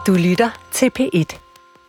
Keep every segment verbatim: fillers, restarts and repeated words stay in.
Du lytter til P et.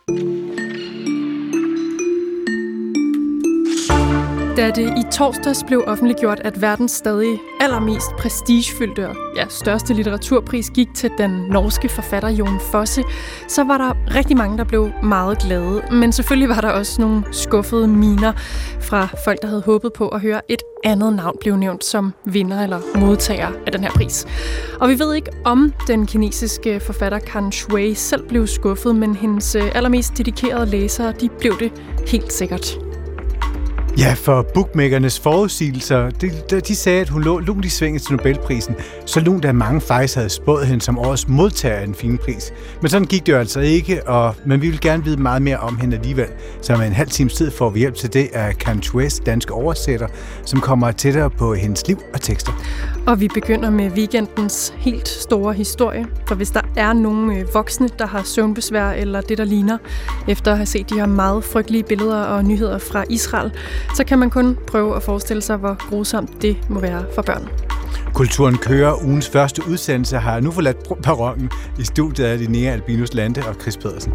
Da det i torsdags blev offentliggjort, at verdens stadig allermest prestigefyldte og ja, største litteraturpris gik til den norske forfatter Jon Fosse, så var der rigtig mange, der blev meget glade. Men selvfølgelig var der også nogle skuffede miner fra folk, der havde håbet på at høre et andet navn blive nævnt som vinder eller modtager af den her pris. Og vi ved ikke, om den kinesiske forfatter Kan Shui selv blev skuffet, men hendes allermest dedikerede læsere, de blev det helt sikkert. Ja, for bookmakernes forudsigelser, de, de sagde, at hun lå lunt i svinget til Nobelprisen, så lunt, at mange faktisk havde spået hende som årets modtager af en fin pris. Men sådan gik det jo altså ikke, og, men vi vil gerne vide meget mere om hende alligevel. Så med en halv times tid får vi hjælp til det af Kan Shuis danske oversætter, som kommer tættere på hendes liv og tekster. Og vi begynder med weekendens helt store historie, for hvis der er nogle voksne, der har søvnbesvær eller det, der ligner, efter at have set de her meget frygtelige billeder og nyheder fra Israel, så kan man kun prøve at forestille sig, hvor grusomt det må være for børn. Kulturen kører. Ugens første udsendelse har nu forladt perronen. I studiet af Linnea Albinus Lande og Chris Pedersen.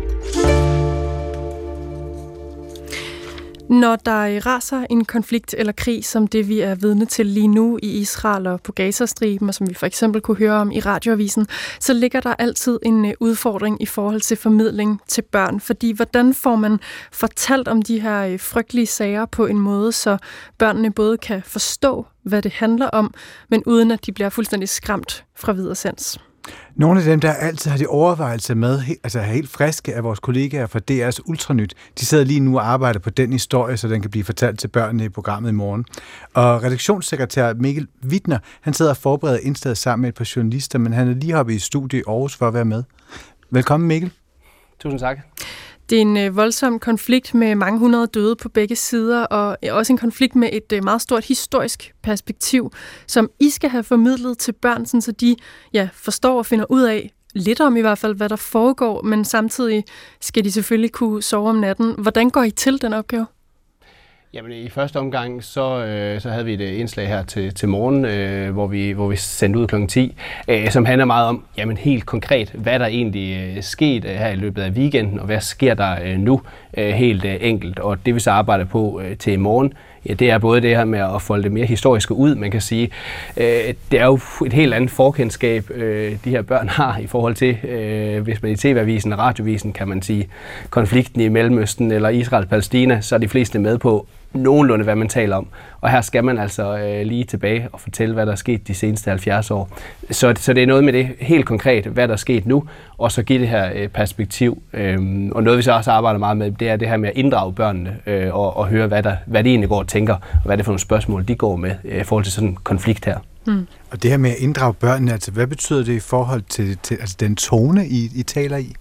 Når der raser en konflikt eller krig, som det vi er vidne til lige nu i Israel og på Gazastriben, og som vi for eksempel kunne høre om i radioavisen, så ligger der altid en udfordring i forhold til formidling til børn. Fordi hvordan får man fortalt om de her frygtelige sager på en måde, så børnene både kan forstå, hvad det handler om, men uden at de bliver fuldstændig skræmt fra videre sans. Nogle af dem, der altid har de overvejelser med, altså helt friske af vores kollegaer fra D R's Ultranyt, de sidder lige nu og arbejder på den historie, så den kan blive fortalt til børnene i programmet i morgen. Og redaktionssekretær Mikkel Wittner, han sidder og forbereder indstedet sammen med et par journalister, men han er lige hoppet i studiet i Aarhus for at være med. Velkommen, Mikkel. Tusind tak. Det er en voldsom konflikt med mange hundrede døde på begge sider, og også en konflikt med et meget stort historisk perspektiv, som I skal have formidlet til børn, så de ja, forstår og finder ud af, lidt om i hvert fald, hvad der foregår, men samtidig skal de selvfølgelig kunne sove om natten. Hvordan går I til den opgave? Jamen i første omgang, så, øh, så havde vi et indslag her til, til morgen, øh, hvor, vi, hvor vi sendte ud klokken ti, øh, som handler meget om, jamen helt konkret, hvad der egentlig er øh, sket øh, her i løbet af weekenden, og hvad sker der øh, nu øh, helt øh, enkelt. Og det vi så arbejder på øh, til i morgen, ja, det er både det her med at folde det mere historiske ud, man kan sige. Øh, det er jo et helt andet forkendskab, øh, de her børn har i forhold til, øh, hvis man i T V-avisen og radiovisen, kan man sige, konflikten i Mellemøsten eller Israel-Palæstina, så er de fleste med på nogenlunde, hvad man taler om. Og her skal man altså øh, lige tilbage og fortælle, hvad der er sket de seneste halvfjerds år. Så, så det er noget med det helt konkret, hvad der er sket nu, og så give det her øh, perspektiv. Øhm, og noget, vi så også arbejder meget med, det er det her med at inddrage børnene øh, og, og høre, hvad, der, hvad de egentlig går og tænker, og hvad det er for nogle spørgsmål, de går med øh, i forhold til sådan en konflikt her. Mm. Og det her med at inddrage børnene, altså hvad betyder det i forhold til, til altså den tone, I, I taler i?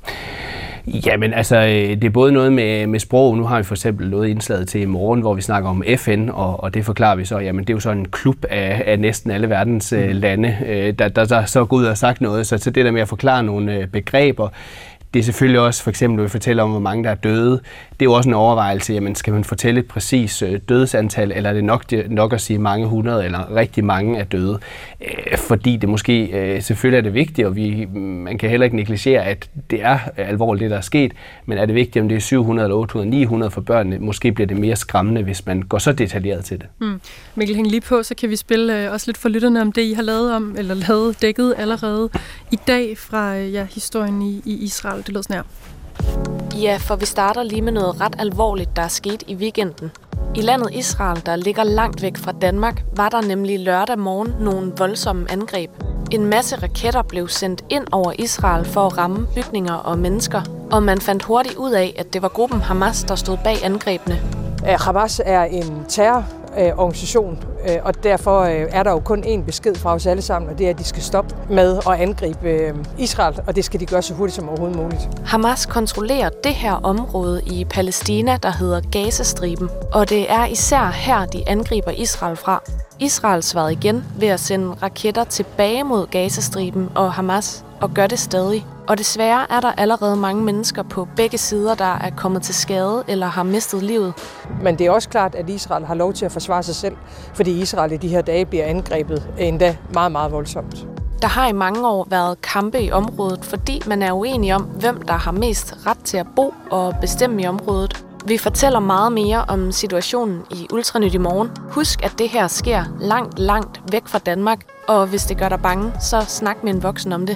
Jamen altså, det er både noget med, med sprog. Nu har vi for eksempel noget indslaget til i morgen, hvor vi snakker om F N, og, og det forklarer vi så, jamen det er jo så en klub af, af næsten alle verdens mm. lande, der, der, der så går ud og har sagt noget. Så, så det der med at forklare nogle begreber, det er selvfølgelig også, for eksempel, når vi fortæller om, hvor mange der er døde, det er jo også en overvejelse, jamen skal man fortælle et præcis dødsantal, eller er det nok, nok at sige mange hundrede, eller rigtig mange er døde? Fordi det måske, selvfølgelig er det vigtigt, og vi, man kan heller ikke negligere, at det er alvorligt, det der er sket, men er det vigtigt, om det er syv hundrede eller otte hundrede, ni hundrede for børnene? Måske bliver det mere skræmmende, hvis man går så detaljeret til det. Mm. Mikkel, hæng lige på, så kan vi spille også lidt for lytterne om det, I har lavet om, eller lavet dækket allerede i dag fra ja, historien i, i Israel. Det lød sådan her. Ja, for vi starter lige med noget ret alvorligt, der er sket i weekenden. I landet Israel, der ligger langt væk fra Danmark, var der nemlig lørdag morgen nogle voldsomme angreb. En masse raketter blev sendt ind over Israel for at ramme bygninger og mennesker, og man fandt hurtigt ud af, at det var gruppen Hamas, der stod bag angrebene. Hamas er en terrororganisation, og derfor er der jo kun én besked fra os alle sammen, og det er, at de skal stoppe med at angribe Israel, og det skal de gøre så hurtigt som overhovedet muligt. Hamas kontrollerer det her område i Palæstina, der hedder Gazastriben, og det er især her, de angriber Israel fra. Israel svarede igen ved at sende raketter tilbage mod Gazastriben og Hamas, og gør det stadig. Og desværre er der allerede mange mennesker på begge sider, der er kommet til skade eller har mistet livet. Men det er også klart, at Israel har lov til at forsvare sig selv, fordi Israel i de her dage bliver angrebet endda meget, meget voldsomt. Der har i mange år været kampe i området, fordi man er uenig om, hvem der har mest ret til at bo og bestemme i området. Vi fortæller meget mere om situationen i Ultranyt i morgen. Husk, at det her sker langt, langt væk fra Danmark, og hvis det gør dig bange, så snak med en voksen om det.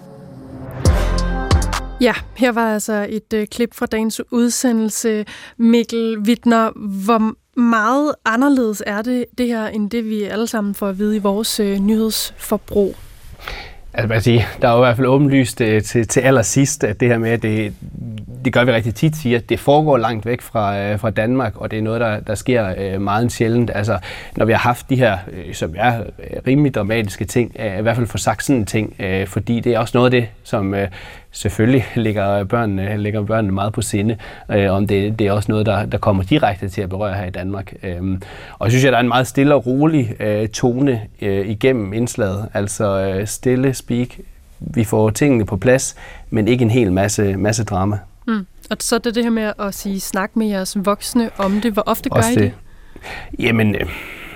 Ja, her var altså et øh, klip fra dagens udsendelse. Mikkel Wittner, hvor meget anderledes er det, det her, end det vi alle sammen får at vide i vores øh, nyhedsforbrug? Altså, man siger, der er jo i hvert fald åbenlyst øh, til, til allersidst, at det her med, at det, det gør vi rigtig tit, siger, at det foregår langt væk fra, øh, fra Danmark, og det er noget, der, der sker øh, meget sjældent. Altså, når vi har haft de her, øh, som er rimelig dramatiske ting, øh, i hvert fald få sagt sådan en ting, øh, fordi det er også noget af det, som øh, selvfølgelig ligger børnene, ligger børnene meget på sinde, øh, om det, det er også noget, der, der kommer direkte til at berøre her i Danmark. Øh, og jeg synes, at der er en meget stille og rolig øh, tone øh, igennem indslaget, altså øh, stille speak. Vi får tingene på plads, men ikke en hel masse, masse drama. Mm. Og så er det det her med at sige, snak med jeres voksne om det. Hvor ofte gør også I det? det? Jamen, øh,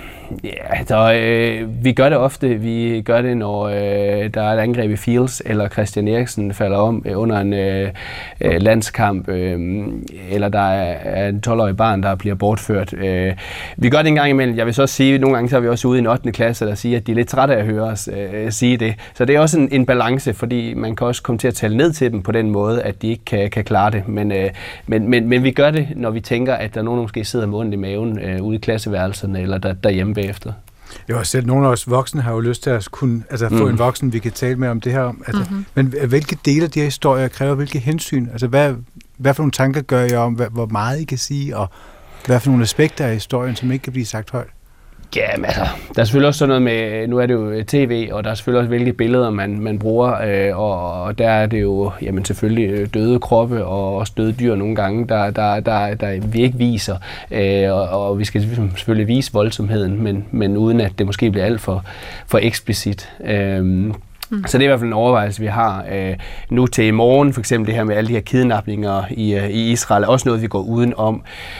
ja, der, øh, vi gør det ofte. Vi gør det, når øh, der er et angreb i Fields, eller Christian Eriksen falder om øh, under en øh, øh, landskamp, øh, eller der er, er en tolv-årig barn, der bliver bortført. Øh, vi gør det en gang imellem. Jeg vil så også sige, at nogle gange så er vi også ude i en ottende klasse, der siger, at de er lidt trætte af at høre os øh, sige det. Så det er også en, en balance, fordi man kan også komme til at tale ned til dem på den måde, at de ikke kan, kan klare det. Men, øh, men, men, men vi gør det, når vi tænker, at der er nogen, der måske sidder med ondt i maven øh, ude i klasseværelserne, eller der, derhjemme bagefter. Jo, selv nogle af os voksne har jo lyst til at kunne, altså, få mm. en voksen, vi kan tale med om det her. Altså, mm-hmm. Men hvilke dele af de her historier kræver hvilke hensyn? Altså, hvad, hvad for nogle tanker gør jeg om, hvad, hvor meget I kan sige, og hvad for nogle aspekter af historien, som ikke kan blive sagt højt? Ja, men altså, der er selvfølgelig også sådan noget med, nu er det jo tv, og der er selvfølgelig også hvilke billeder, man, man bruger, øh, og, og der er det jo jamen, selvfølgelig døde kroppe og også døde dyr nogle gange, der, der, der, der vi ikke viser, øh, og, og vi skal selvfølgelig vise voldsomheden, men, men uden at det måske bliver alt for, for eksplicit. Øh, mm. Så det er i hvert fald en overvejelse, vi har øh, nu til i morgen, for eksempel det her med alle de her kidnapninger i, øh, i Israel, er også noget, vi går udenom.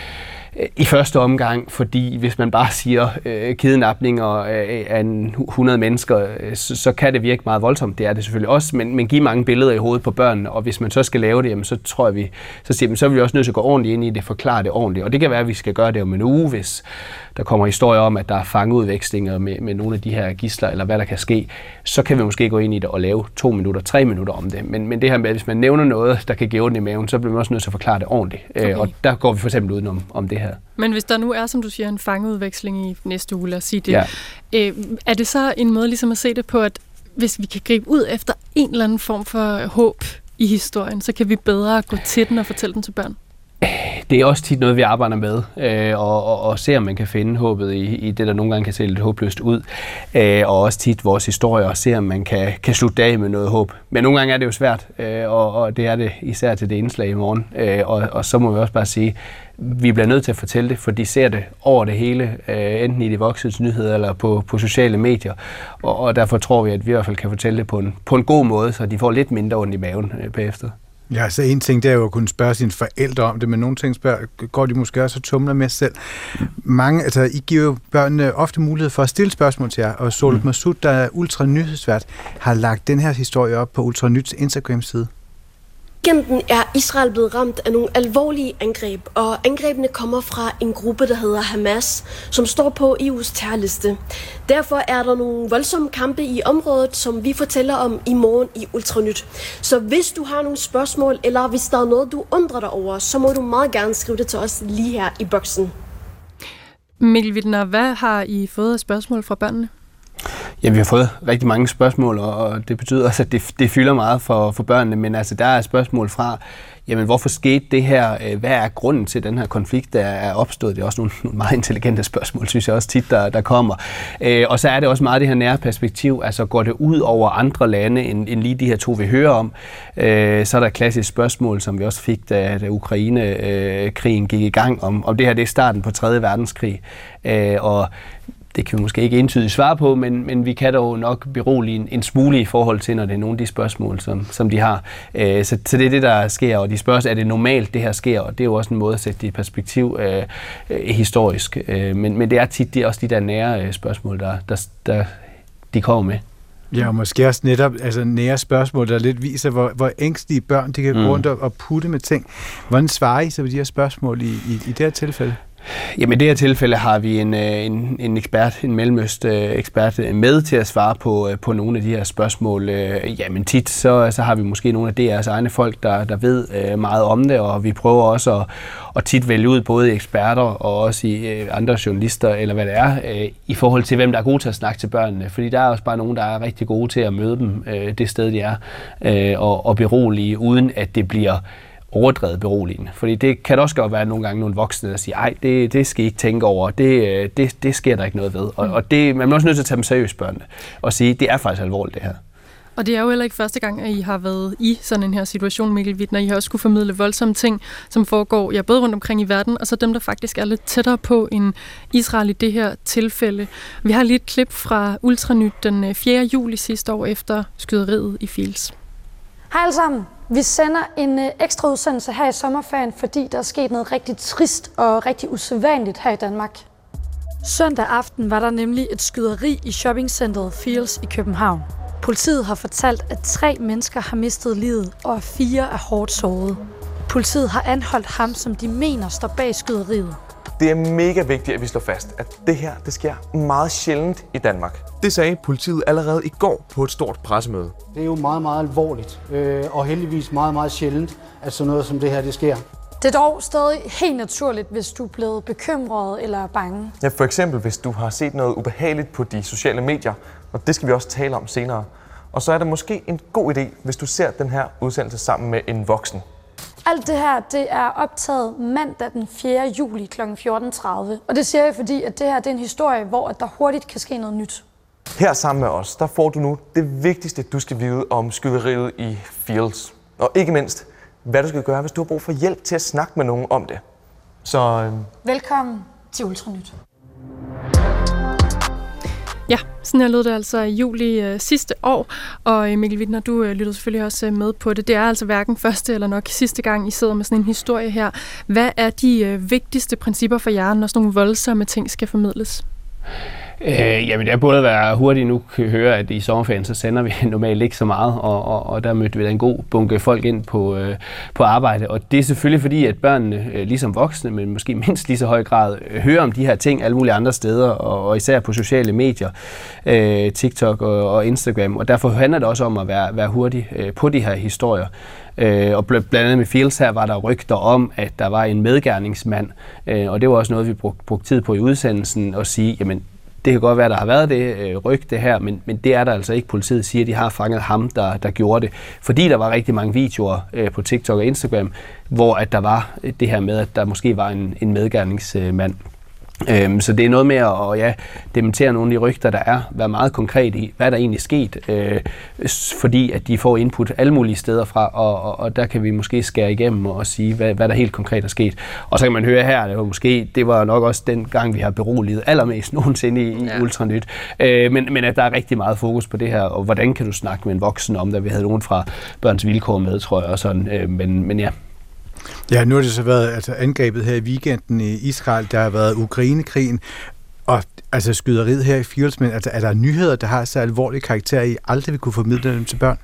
I første omgang, fordi hvis man bare siger øh, kidnapninger øh, af hundrede mennesker, øh, så, så kan det virke meget voldsomt. Det er det selvfølgelig også, men, men give mange billeder i hovedet på børnene, og hvis man så skal lave det, jamen, så tror jeg, vi, så, siger man, så er vi også nødt til at gå ordentligt ind i det, forklare det ordentligt. Og det kan være, at vi skal gøre det om en uge, hvis der kommer historier om, at der er fangeudvekslinger med, med nogle af de her gidsler, eller hvad der kan ske, så kan vi måske gå ind i det og lave to minutter, tre minutter om det. Men, men det her med, hvis man nævner noget, der kan give ondt i maven, så bliver man også nødt til at forklare det ordentligt. Okay. Øh, og der går vi for eksempel udenom om det her. Men hvis der nu er, som du siger, en fangeudveksling i næste uge, lad os sige det, ja. øh, er det så en måde ligesom at se det på, at hvis vi kan gribe ud efter en eller anden form for håb i historien, så kan vi bedre gå til den og fortælle den til børn? Det er også tit noget, vi arbejder med, øh, og, og, og ser, om man kan finde håbet i, i det, der nogle gange kan se lidt håbløst ud. Øh, og også tit vores historier, og ser, om man kan, kan slutte af med noget håb. Men nogle gange er det jo svært, øh, og, og det er det især til det indslag i morgen. Øh, og, og så må vi også bare sige, vi bliver nødt til at fortælle det, for de ser det over det hele, øh, enten i de voksnes nyheder eller på, på sociale medier. Og, og derfor tror vi, at vi i hvert fald kan fortælle det på en, på en god måde, så de får lidt mindre ondt i maven øh, bagefter. Ja, så en ting, det er jo at kunne spørge sine forældre om det, men nogle ting spørger, går de måske også og tumler med selv. Mange, altså, I giver jo børnene ofte mulighed for at stille spørgsmål til jer, og Soluk mm. Masud, der er ultranyhedsvært, har lagt den her historie op på Ultranyt Instagram-side. Weekenden er Israel blevet ramt af nogle alvorlige angreb, og angrebene kommer fra en gruppe, der hedder Hamas, som står på E U's terrorliste. Derfor er der nogle voldsomme kampe i området, som vi fortæller om i morgen i Ultranyt. Så hvis du har nogle spørgsmål, eller hvis der er noget, du undrer dig over, så må du meget gerne skrive det til os lige her i boksen. Mikkel Wittner, hvad har I fået af spørgsmål fra børnene? Ja, vi har fået rigtig mange spørgsmål, og det betyder også, at det, det fylder meget for, for børnene, men altså, der er spørgsmål fra, jamen, hvorfor skete det her? Hvad er grunden til den her konflikt, der er opstået? Det er også nogle, nogle meget intelligente spørgsmål, synes jeg også tit, der, der kommer. Og så er det også meget det her nære perspektiv, altså går det ud over andre lande, end, end lige de her to, vi hører om? Så er der et klassisk spørgsmål, som vi også fik, da, da Ukraine-krigen gik i gang, om, om det her det er starten på tredje verdenskrig. Og det kan vi måske ikke entydigt svare på, men, men vi kan dog nok berolige en, en smule i forhold til, når det er nogle af de spørgsmål, som, som de har. Øh, så, så det er det, der sker, og de spørger, er det normalt, det her sker? Og det er jo også en måde at sætte det i perspektiv øh, øh, historisk. Øh, men, men det er tit det er også de der nære øh, spørgsmål, der, der, der de kommer med. Ja, og måske også netop altså, nære spørgsmål, der lidt viser, hvor, hvor ængstlige børn de kan mm. gå rundt og, og putte med ting. Hvordan svarer I så på de her spørgsmål i, i, i det her tilfælde? Jamen i det her tilfælde har vi en, en, en ekspert, en mellemøst-ekspert med til at svare på, på nogle af de her spørgsmål. Jamen tit så, så har vi måske nogle af D R's egne folk, der, der ved meget om det, og vi prøver også at, at tit vælge ud både eksperter og også i andre journalister, eller hvad det er, i forhold til hvem der er gode til at snakke til børnene. Fordi der er også bare nogen, der er rigtig gode til at møde dem det sted, de er, og, og berolige, uden at det bliver overdrevet beroligende. Fordi det kan også godt være nogle gange nogle voksne, der siger, ej, det, det skal I ikke tænke over, det, det, det sker der ikke noget ved. Og, og det, man er også nødt til at tage dem seriøst, børnene, og sige, det er faktisk alvorligt det her. Og det er jo heller ikke første gang, at I har været i sådan en her situation, Mikkel Wittner. I har også kunne formidle voldsomme ting, som foregår ja, både rundt omkring i verden, og så dem, der faktisk er lidt tættere på end Israel i det her tilfælde. Vi har lige et klip fra Ultranyt den fjerde juli sidste år efter skyderiet i Field's. Hej alle sammen. Vi sender en øh, ekstra udsendelse her i sommerferien, fordi der er sket noget rigtig trist og rigtig usædvanligt her i Danmark. Søndag aften var der nemlig et skyderi i shoppingcenteret Field's i København. Politiet har fortalt, at tre mennesker har mistet livet, og fire er hårdt såret. Politiet har anholdt ham, som de mener står bag skyderiet. Det er mega vigtigt, at vi slår fast, at det her det sker meget sjældent i Danmark. Det sagde politiet allerede i går på et stort pressemøde. Det er jo meget, meget alvorligt, øh, og heldigvis meget, meget sjældent, at sådan noget som det her, det sker. Det er dog stadig helt naturligt, hvis du er blevet bekymret eller bange. Ja, for eksempel hvis du har set noget ubehageligt på de sociale medier, og det skal vi også tale om senere. Og så er det måske en god idé, hvis du ser den her udsendelse sammen med en voksen. Alt det her, det er optaget mandag den fjerde juli kl. fjorten tredive. Og det siger jeg, fordi at det her det er en historie, hvor der hurtigt kan ske noget nyt. Her sammen med os, der får du nu det vigtigste, du skal vide om skyderiet i Field's. Og ikke mindst, hvad du skal gøre, hvis du har brug for hjælp til at snakke med nogen om det. Så øh... velkommen til Ultranyt. Ja, sådan her lød det altså i juli øh, sidste år, og øh, Mikkel Wittner, du øh, lyttede selvfølgelig også øh, med på det. Det er altså hverken første eller nok sidste gang, I sidder med sådan en historie her. Hvad er de øh, vigtigste principper for jer, når sådan nogle voldsomme ting skal formidles? Øh, jamen det er både at være hurtigt. Nu kan høre, at i sommerferien så sender vi normalt ikke så meget, og, og, og der mødte vi da en god bunke folk ind på, øh, på arbejde. Og det er selvfølgelig fordi, at børnene, øh, ligesom voksne, men måske mindst lige så høj grad, øh, hører om de her ting alle mulige andre steder, og, og især på sociale medier, øh, TikTok og, og Instagram. Og derfor handler det også om at være, være hurtig øh, på de her historier. Øh, og blandt andet med Field's her var der rygter om, at der var en medgerningsmand, øh, og det var også noget, vi brugte, brugte tid på i udsendelsen, at sige, jamen det kan godt være, der har været det øh, rygte her, men, men det er der altså ikke. Politiet siger, at de har fanget ham, der, der gjorde det. Fordi der var rigtig mange videoer øh, på TikTok og Instagram, hvor at der var det her med, at der måske var en, en medgerningsmand. Øhm, så det er noget med at og, ja, dementere nogle af de rygter, der er, være meget konkret i, hvad der egentlig er sket, øh, fordi at de får input alle mulige steder fra, og, og, og der kan vi måske skære igennem og sige, hvad, hvad der helt konkret er sket. Og så kan man høre her, det var måske, det var nok også den gang, vi har beroliget allermest nogensinde i, i ja. Ultranyt, øh, men, men at der er rigtig meget fokus på det her, og hvordan kan du snakke med en voksen om det? Vi havde nogen fra Børns Vilkår med, tror jeg, og sådan, øh, men, men ja. Ja, nu har det så været altså, angrebet her i weekenden i Israel, der har været Ukrainekrigen, og altså skyderiet her i Field's, men altså, er der nyheder, der har så alvorlige karakter, I aldrig vil kunne formidle dem til børn?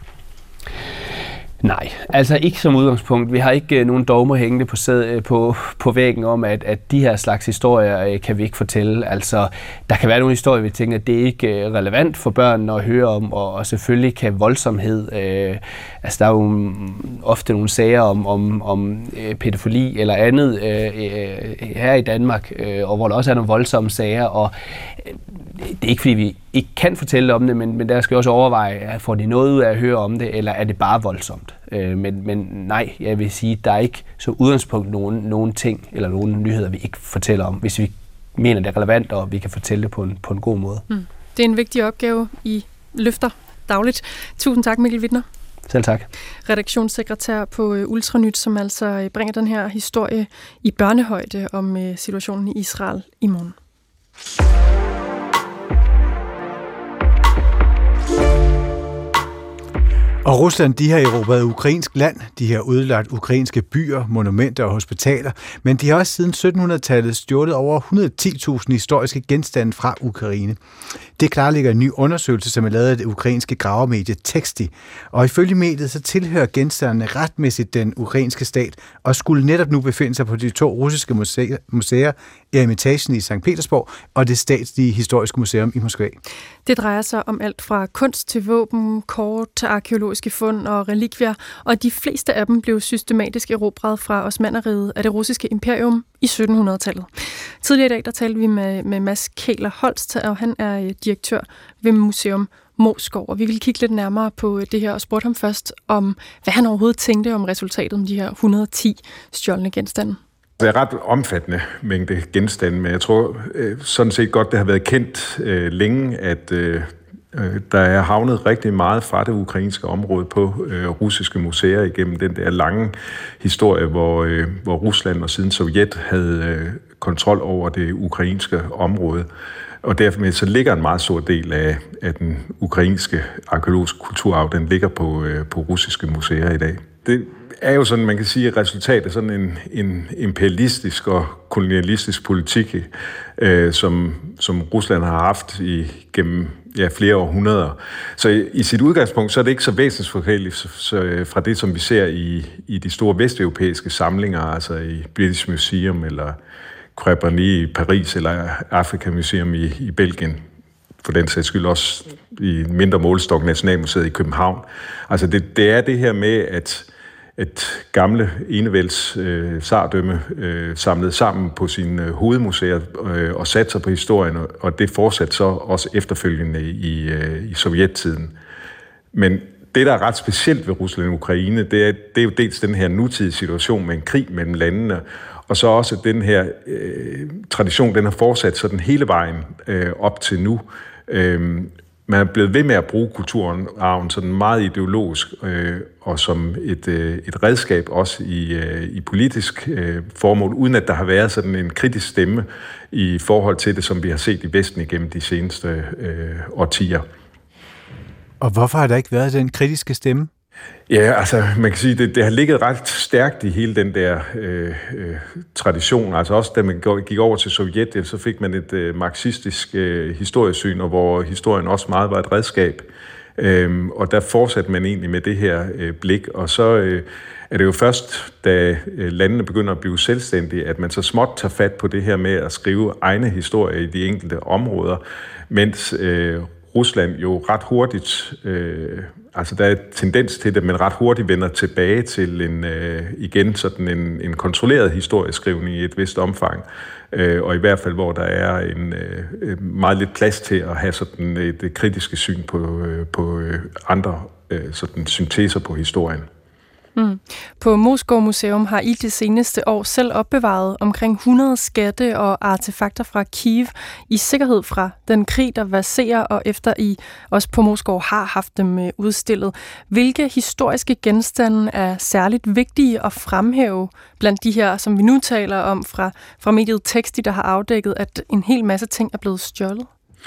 Nej, altså ikke som udgangspunkt. Vi har ikke øh, nogen dogmer hængende på, sæd, på, på væggen om, at, at de her slags historier øh, kan vi ikke fortælle. Altså, der kan være nogle historier, vi tænker, at det er ikke øh, relevant for børnene at høre om, og, og selvfølgelig kan voldsomhed, øh, altså der er jo ofte nogle sager om, om, om øh, pædofili eller andet øh, øh, her i Danmark, øh, og hvor der også er nogle voldsomme sager, og øh, det er ikke fordi vi ikke kan fortælle om det, men, men der skal også overveje, får de noget ud af at høre om det, eller er det bare voldsomt? Øh, men, men nej, jeg vil sige, der er ikke så udgangspunkt nogen, nogen ting, eller nogen nyheder, vi ikke fortæller om, hvis vi mener, det er relevant, og vi kan fortælle det på en, på en god måde. Mm. Det er en vigtig opgave, I løfter dagligt. Tusind tak, Mikkel Wittner. Selv tak. Redaktionssekretær på Ultranyt, som altså bringer den her historie i børnehøjde om situationen i Israel i morgen. Og Rusland, de har erobret ukrainsk land, de har ødelagt ukrainske byer, monumenter og hospitaler, men de har også siden syttenhundredetallet stjålet over et hundrede og ti tusind historiske genstande fra Ukraine. Det klarlægger en ny undersøgelse, som er lavet af det ukrainske gravermedie Texti. Og ifølge mediet, så tilhører genstandene retmæssigt den ukrainske stat, og skulle netop nu befinde sig på de to russiske museer, museer Eremitagen i Sankt Petersborg og det statslige historiske museum i Moskva. Det drejer sig om alt fra kunst til våben, kort til arkeologiske fund og relikvier, og de fleste af dem blev systematisk erobret fra Osmannerriget af det russiske imperium i syttenhundredetallet. Tidligere i dag der talte vi med, med Mads Kæler Holst, og han er direktør ved Museum Moskov, og vi vil kigge lidt nærmere på det her og spurgte ham først om, hvad han overhovedet tænkte om resultatet med de her et hundrede og ti stjålne genstande. Det er ret omfattende mængde genstande, men jeg tror øh, sådan set godt, det har været kendt øh, længe, at øh, der er havnet rigtig meget fra det ukrainske område på øh, russiske museer igennem den der lange historie, hvor, øh, hvor Rusland og siden Sovjet havde øh, kontrol over det ukrainske område. Og derfor så ligger en meget stor del af, af den ukrainske arkeologiske kulturarv, den ligger på, øh, på russiske museer i dag. Det er jo sådan, man kan sige, resultat af sådan en, en imperialistisk og kolonialistisk politik, øh, som, som Rusland har haft i, gennem ja, flere århundreder. Så i, i sit udgangspunkt, så er det ikke så væsensforskelligt fra det, som vi ser i, i de store vesteuropæiske samlinger, altså i British Museum eller Crébranly i Paris eller Afrika Museum i, i Belgien. For den sags skyld også i mindre målestok Nationalmuseet i København. Altså det, det er det her med, at et gamle enevælds øh, zardømme øh, samlet sammen på sine øh, hovedmuseer øh, og sat sig på historien, og det fortsatte så også efterfølgende i, øh, i sovjettiden. Men det, der er ret specielt ved Rusland og Ukraine, det er, det er jo dels den her nutidige situation med en krig mellem landene, og så også den her øh, tradition, den har fortsat sådan hele vejen øh, op til nu. Øh, Man er blevet ved med at bruge kulturarven sådan meget ideologisk øh, og som et, øh, et redskab også i, øh, i politisk øh, formål, uden at der har været sådan en kritisk stemme i forhold til det, som vi har set i Vesten igennem de seneste øh, årtier. Og hvorfor har der ikke været den kritiske stemme? Ja, altså man kan sige, det, det har ligget ret stærkt i hele den der øh, øh, tradition. Altså også da man gik over til Sovjet, så fik man et øh, marxistisk øh, historiesyn, og hvor historien også meget var et redskab. Øhm, og der fortsatte man egentlig med det her øh, blik. Og så øh, er det jo først, da øh, landene begynder at blive selvstændige, at man så småt tager fat på det her med at skrive egne historier i de enkelte områder, mens øh, Rusland jo ret hurtigt, øh, altså der er tendens til det, men ret hurtigt vender tilbage til en, øh, igen sådan en, en kontrolleret historieskrivning i et vist omfang, øh, og i hvert fald, hvor der er en øh, meget lidt plads til at have sådan et kritiske syn på, øh, på øh, andre øh, sådan synteser på historien. Mm. På Moskov Museum har I det seneste år selv opbevaret omkring hundrede skatte og artefakter fra Kiev i sikkerhed fra den krig, der verserer, og efter I også på Moskov har haft dem udstillet. Hvilke historiske genstande er særligt vigtige at fremhæve blandt de her, som vi nu taler om fra, fra mediet Texti, der har afdækket, at en hel masse ting er blevet stjålet?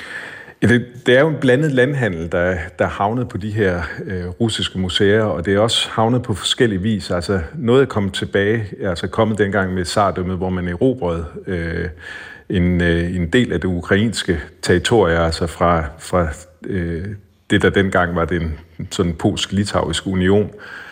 Ja, det, det er jo en blandet landhandel, der, der havnet på de her øh, russiske museer, og det er også havnet på forskellige vis. Altså noget er kommet tilbage, altså kommet dengang med zardømmet, hvor man erobrede øh, en, øh, en del af det ukrainske territorium, altså fra, fra øh, det, der dengang var den sådan polsk-litauiske union.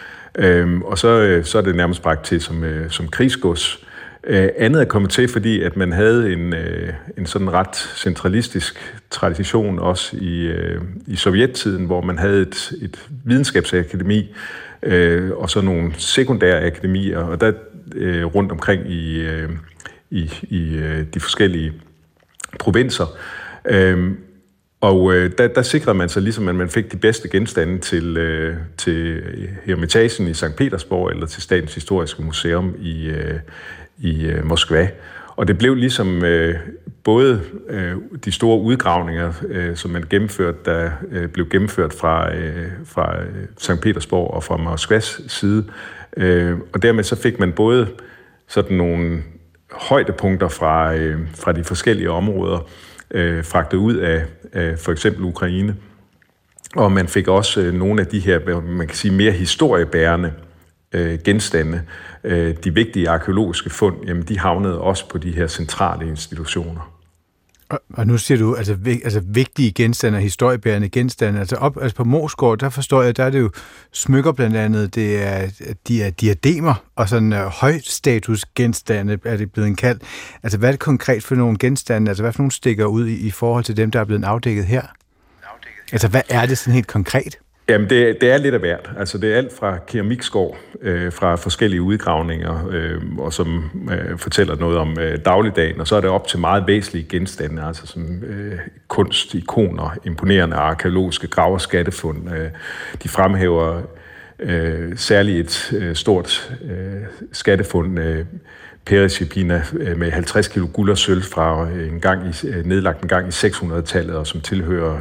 Øh, og så, øh, så er det nærmest bragt til som, øh, som krigsgods. Uh, andet er kommet til, fordi at man havde en, uh, en sådan ret centralistisk tradition også i, uh, i sovjettiden, hvor man havde et, et videnskabsakademi uh, og så nogle sekundære akademier, og der uh, rundt omkring i, uh, i, i uh, de forskellige provinser. Uh, Og uh, der, der sikrede man sig ligesom, at man fik de bedste genstande til, uh, til Eremitagen i Sankt Petersborg eller til Statens Historiske Museum i uh, i øh, Moskva. Og det blev ligesom øh, både øh, de store udgravninger, øh, som man gennemførte, der øh, blev gennemført fra, øh, fra øh, Sankt Petersborg og fra Moskvas side. Øh, og dermed så fik man både sådan nogle højdepunkter fra, øh, fra de forskellige områder, øh, fragtet ud af, af for eksempel Ukraine. Og man fik også øh, nogle af de her, man kan sige, mere historiebærende øh, genstande. Øh, de vigtige arkeologiske fund, jamen, de havnede også på de her centrale institutioner. Og, og nu siger du, altså, vig, altså vigtige genstande, historiebærende genstande. Altså, op, altså på Moesgaard, der forstår jeg, der er det jo smykker blandt andet, det er, de er diademer og sådan uh, højstatus genstande, er det blevet kaldt. Altså, hvad er det konkret for nogle genstande? Altså, hvad for nogle stikker ud i, i forhold til dem, der er blevet afdækket her? Altså, hvad er det sådan helt konkret? Jamen, det, det er lidt af hvert. Altså, det er alt fra keramikskår, øh, fra forskellige udgravninger, øh, og som øh, fortæller noget om øh, dagligdagen, og så er det op til meget væsentlige genstande, altså som øh, kunst, ikoner, imponerende arkeologiske grav- og skattefund. Øh, de fremhæver øh, særligt et øh, stort øh, skattefund, øh, Perisipina med halvtreds kilo guld og sølv fra en gang i, nedlagt en gang i seks hundrede-tallet, og som tilhører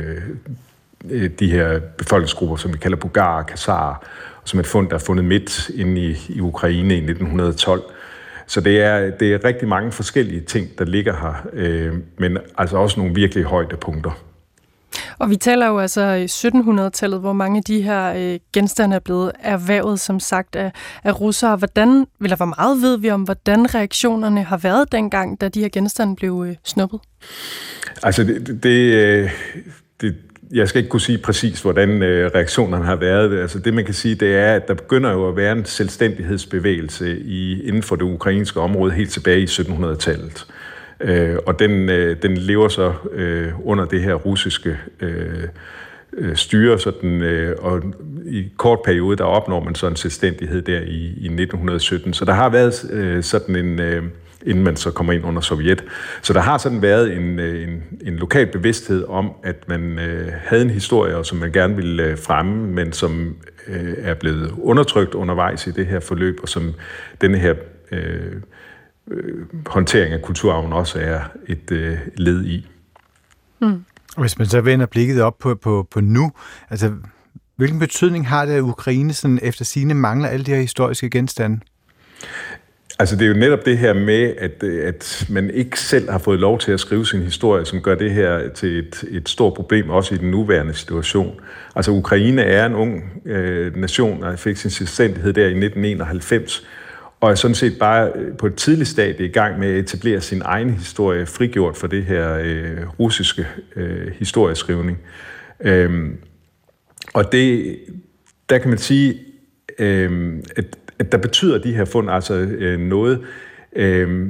øh, de her befolkningsgrupper, som vi kalder bulgarer og kazarer, som et fund, der er fundet midt inde i, i Ukraine i nitten tolv. Så det er, det er rigtig mange forskellige ting, der ligger her, øh, men altså også nogle virkelig højdepunkter. Og vi taler jo altså sytten hundrede-tallet, hvor mange af de her øh, genstande er blevet erhvervet, som sagt, af, af russere. Hvordan, eller hvor meget ved vi om, hvordan reaktionerne har været dengang, da de her genstande blev øh, snuppet? Altså, det, det, det, jeg skal ikke kunne sige præcis, hvordan øh, reaktionerne har været. Altså, det, man kan sige, det er, at der begynder jo at være en selvstændighedsbevægelse i, inden for det ukrainske område helt tilbage i sytten hundrede-tallet. Øh, og den, øh, den lever så øh, under det her russiske øh, styre, sådan, øh, og i kort periode, der opnår man så en selvstændighed der i, i nitten sytten. Så der har været øh, sådan en, øh, inden man så kommer ind under Sovjet, så der har sådan været en, en, en lokal bevidsthed om, at man øh, havde en historie, som man gerne ville øh, fremme, men som øh, er blevet undertrykt undervejs i det her forløb, og som denne her øh, håndtering af kulturarven også er et øh, led i. Mm. Hvis man så vender blikket op på, på, på nu, altså hvilken betydning har det, at Ukraine sådan efter sigende mangler alle de her historiske genstande? Altså det er jo netop det her med, at, at man ikke selv har fået lov til at skrive sin historie, som gør det her til et, et stort problem, også i den nuværende situation. Altså Ukraine er en ung øh, nation, og fik sin selvstændighed der i nitten enoghalvfems, og er sådan set bare på et tidligt stadie i gang med at etablere sin egen historie, frigjort for det her øh, russiske øh, historieskrivning. Øhm, og det, der kan man sige, øh, at, at der betyder de her fund altså øh, noget, øh,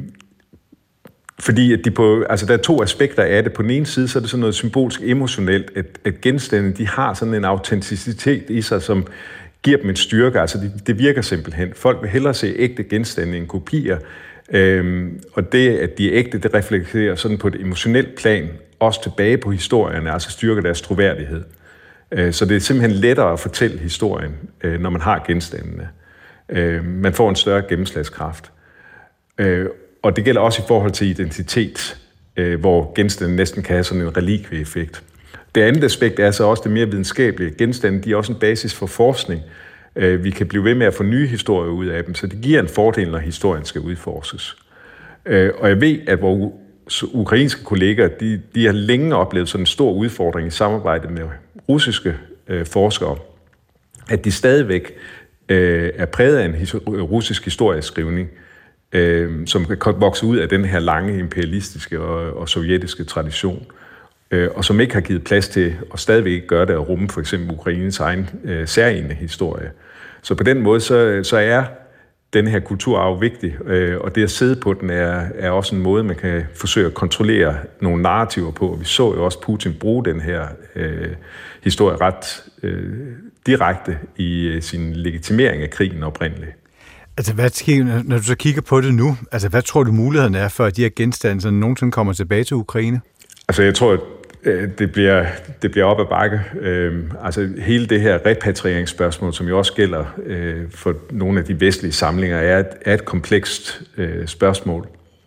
fordi at de på, altså der er to aspekter af det. På den ene side, så er det sådan noget symbolsk emotionelt, at, at genstande, de har sådan en autenticitet i sig, som giver dem en styrke, altså det, det virker simpelthen. Folk vil hellere se ægte genstande end kopier, øhm, og det, at de er ægte, det reflekterer sådan på et emotionelt plan, også tilbage på historierne, altså styrker deres troværdighed. Øh, så det er simpelthen lettere at fortælle historien, øh, når man har genstandene. Øh, man får en større gennemslagskraft. Øh, og det gælder også i forhold til identitet, øh, hvor genstanden næsten kan have sådan en relikvieeffekt. Det andet aspekt er så også det mere videnskabelige. Genstande, de er også en basis for forskning. Vi kan blive ved med at få nye historier ud af dem, så det giver en fordel, når historien skal udforskes. Og jeg ved, at vores ukrainske kolleger, de, de har længe oplevet sådan en stor udfordring i samarbejde med russiske forskere, at de stadigvæk er præget af en russisk historieskrivning, som kan vokse ud af den her lange imperialistiske og, og sovjetiske tradition, og som ikke har givet plads til at stadigvæk ikke gøre det at rumme for eksempel Ukraines egen øh, særlige historie. Så på den måde, så, så er den her kulturarv vigtig, øh, og det at sidde på den er, er også en måde, man kan forsøge at kontrollere nogle narrativer på. Vi så jo også Putin bruge den her øh, historie ret øh, direkte i øh, sin legitimering af krigen oprindeligt. Altså, hvad, når du så kigger på det nu, altså, hvad tror du muligheden er for, at de her genstande sådan nogensinde kommer tilbage til Ukraine? Altså, jeg tror, at det bliver, det bliver op ad bakke. Øh, altså, hele det her repatrieringsspørgsmål, som jo også gælder øh, for nogle af de vestlige samlinger, er et, er et komplekst øh, spørgsmål.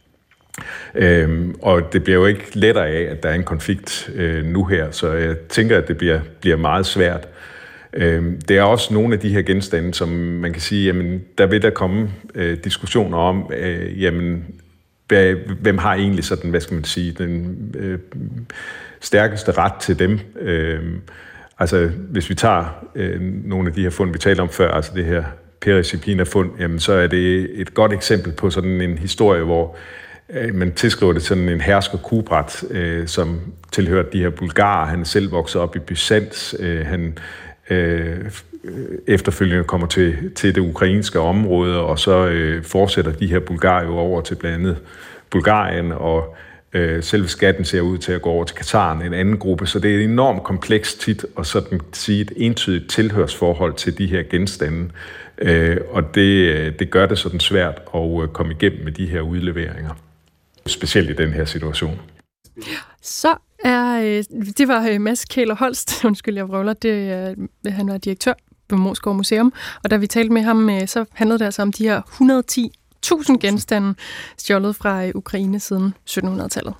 Øh, og det bliver jo ikke lettere af, at der er en konflikt øh, nu her, så jeg tænker, at det bliver, bliver meget svært. Øh, det er også nogle af de her genstande, som man kan sige, jamen, der vil der komme øh, diskussioner om, øh, jamen, hvem har egentlig sådan, hvad skal man sige, den øh, stærkeste ret til dem. Øh, Altså, hvis vi tager øh, nogle af de her fund, vi talte om før, altså det her Peresipina-fund, jamen, så er det et godt eksempel på sådan en historie, hvor øh, man tilskriver det sådan en hersker Kubrat, øh, som tilhørte de her bulgarer. Han er selv vokset op i Byzans. Øh, han øh, efterfølgende kommer til, til det ukrainske område, og så øh, fortsætter de her bulgarer jo over til blandt andet Bulgarien, og øh, selve skatten ser ud til at gå over til Katar, en anden gruppe, så det er enormt komplekst tit, og sådan sige et entydigt tilhørsforhold til de her genstande, øh, og det, det gør det sådan svært at komme igennem med de her udleveringer, specielt i den her situation. Så er, det var Mads Kæler Holst, undskyld, jeg vrøvler, det, han var direktør på Moesgaard Museum, og da vi talte med ham, så handlede det altså om de her et hundrede og ti tusind genstande stjålet fra Ukraine siden sytten hundrede-tallet.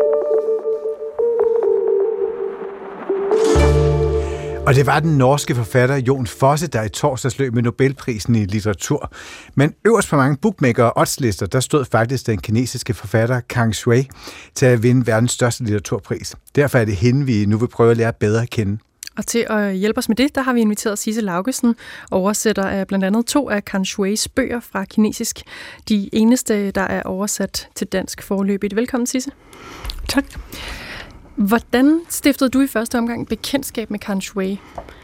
Og det var den norske forfatter Jon Fosse, der i torsdags løb med Nobelprisen i litteratur. Men øverst på mange bookmaker og oddslister, der stod faktisk den kinesiske forfatter Kang Shui til at vinde verdens største litteraturpris. Derfor er det hende, vi nu vil prøve at lære bedre at kende. Og til at hjælpe os med det, der har vi inviteret Sisse Laugesen, oversætter af blandt andet to af Kang Shuis bøger fra kinesisk. De eneste, der er oversat til dansk foreløbigt. Velkommen, Sisse. Tak. Hvordan stiftede du i første omgang bekendtskab med Kang Shui?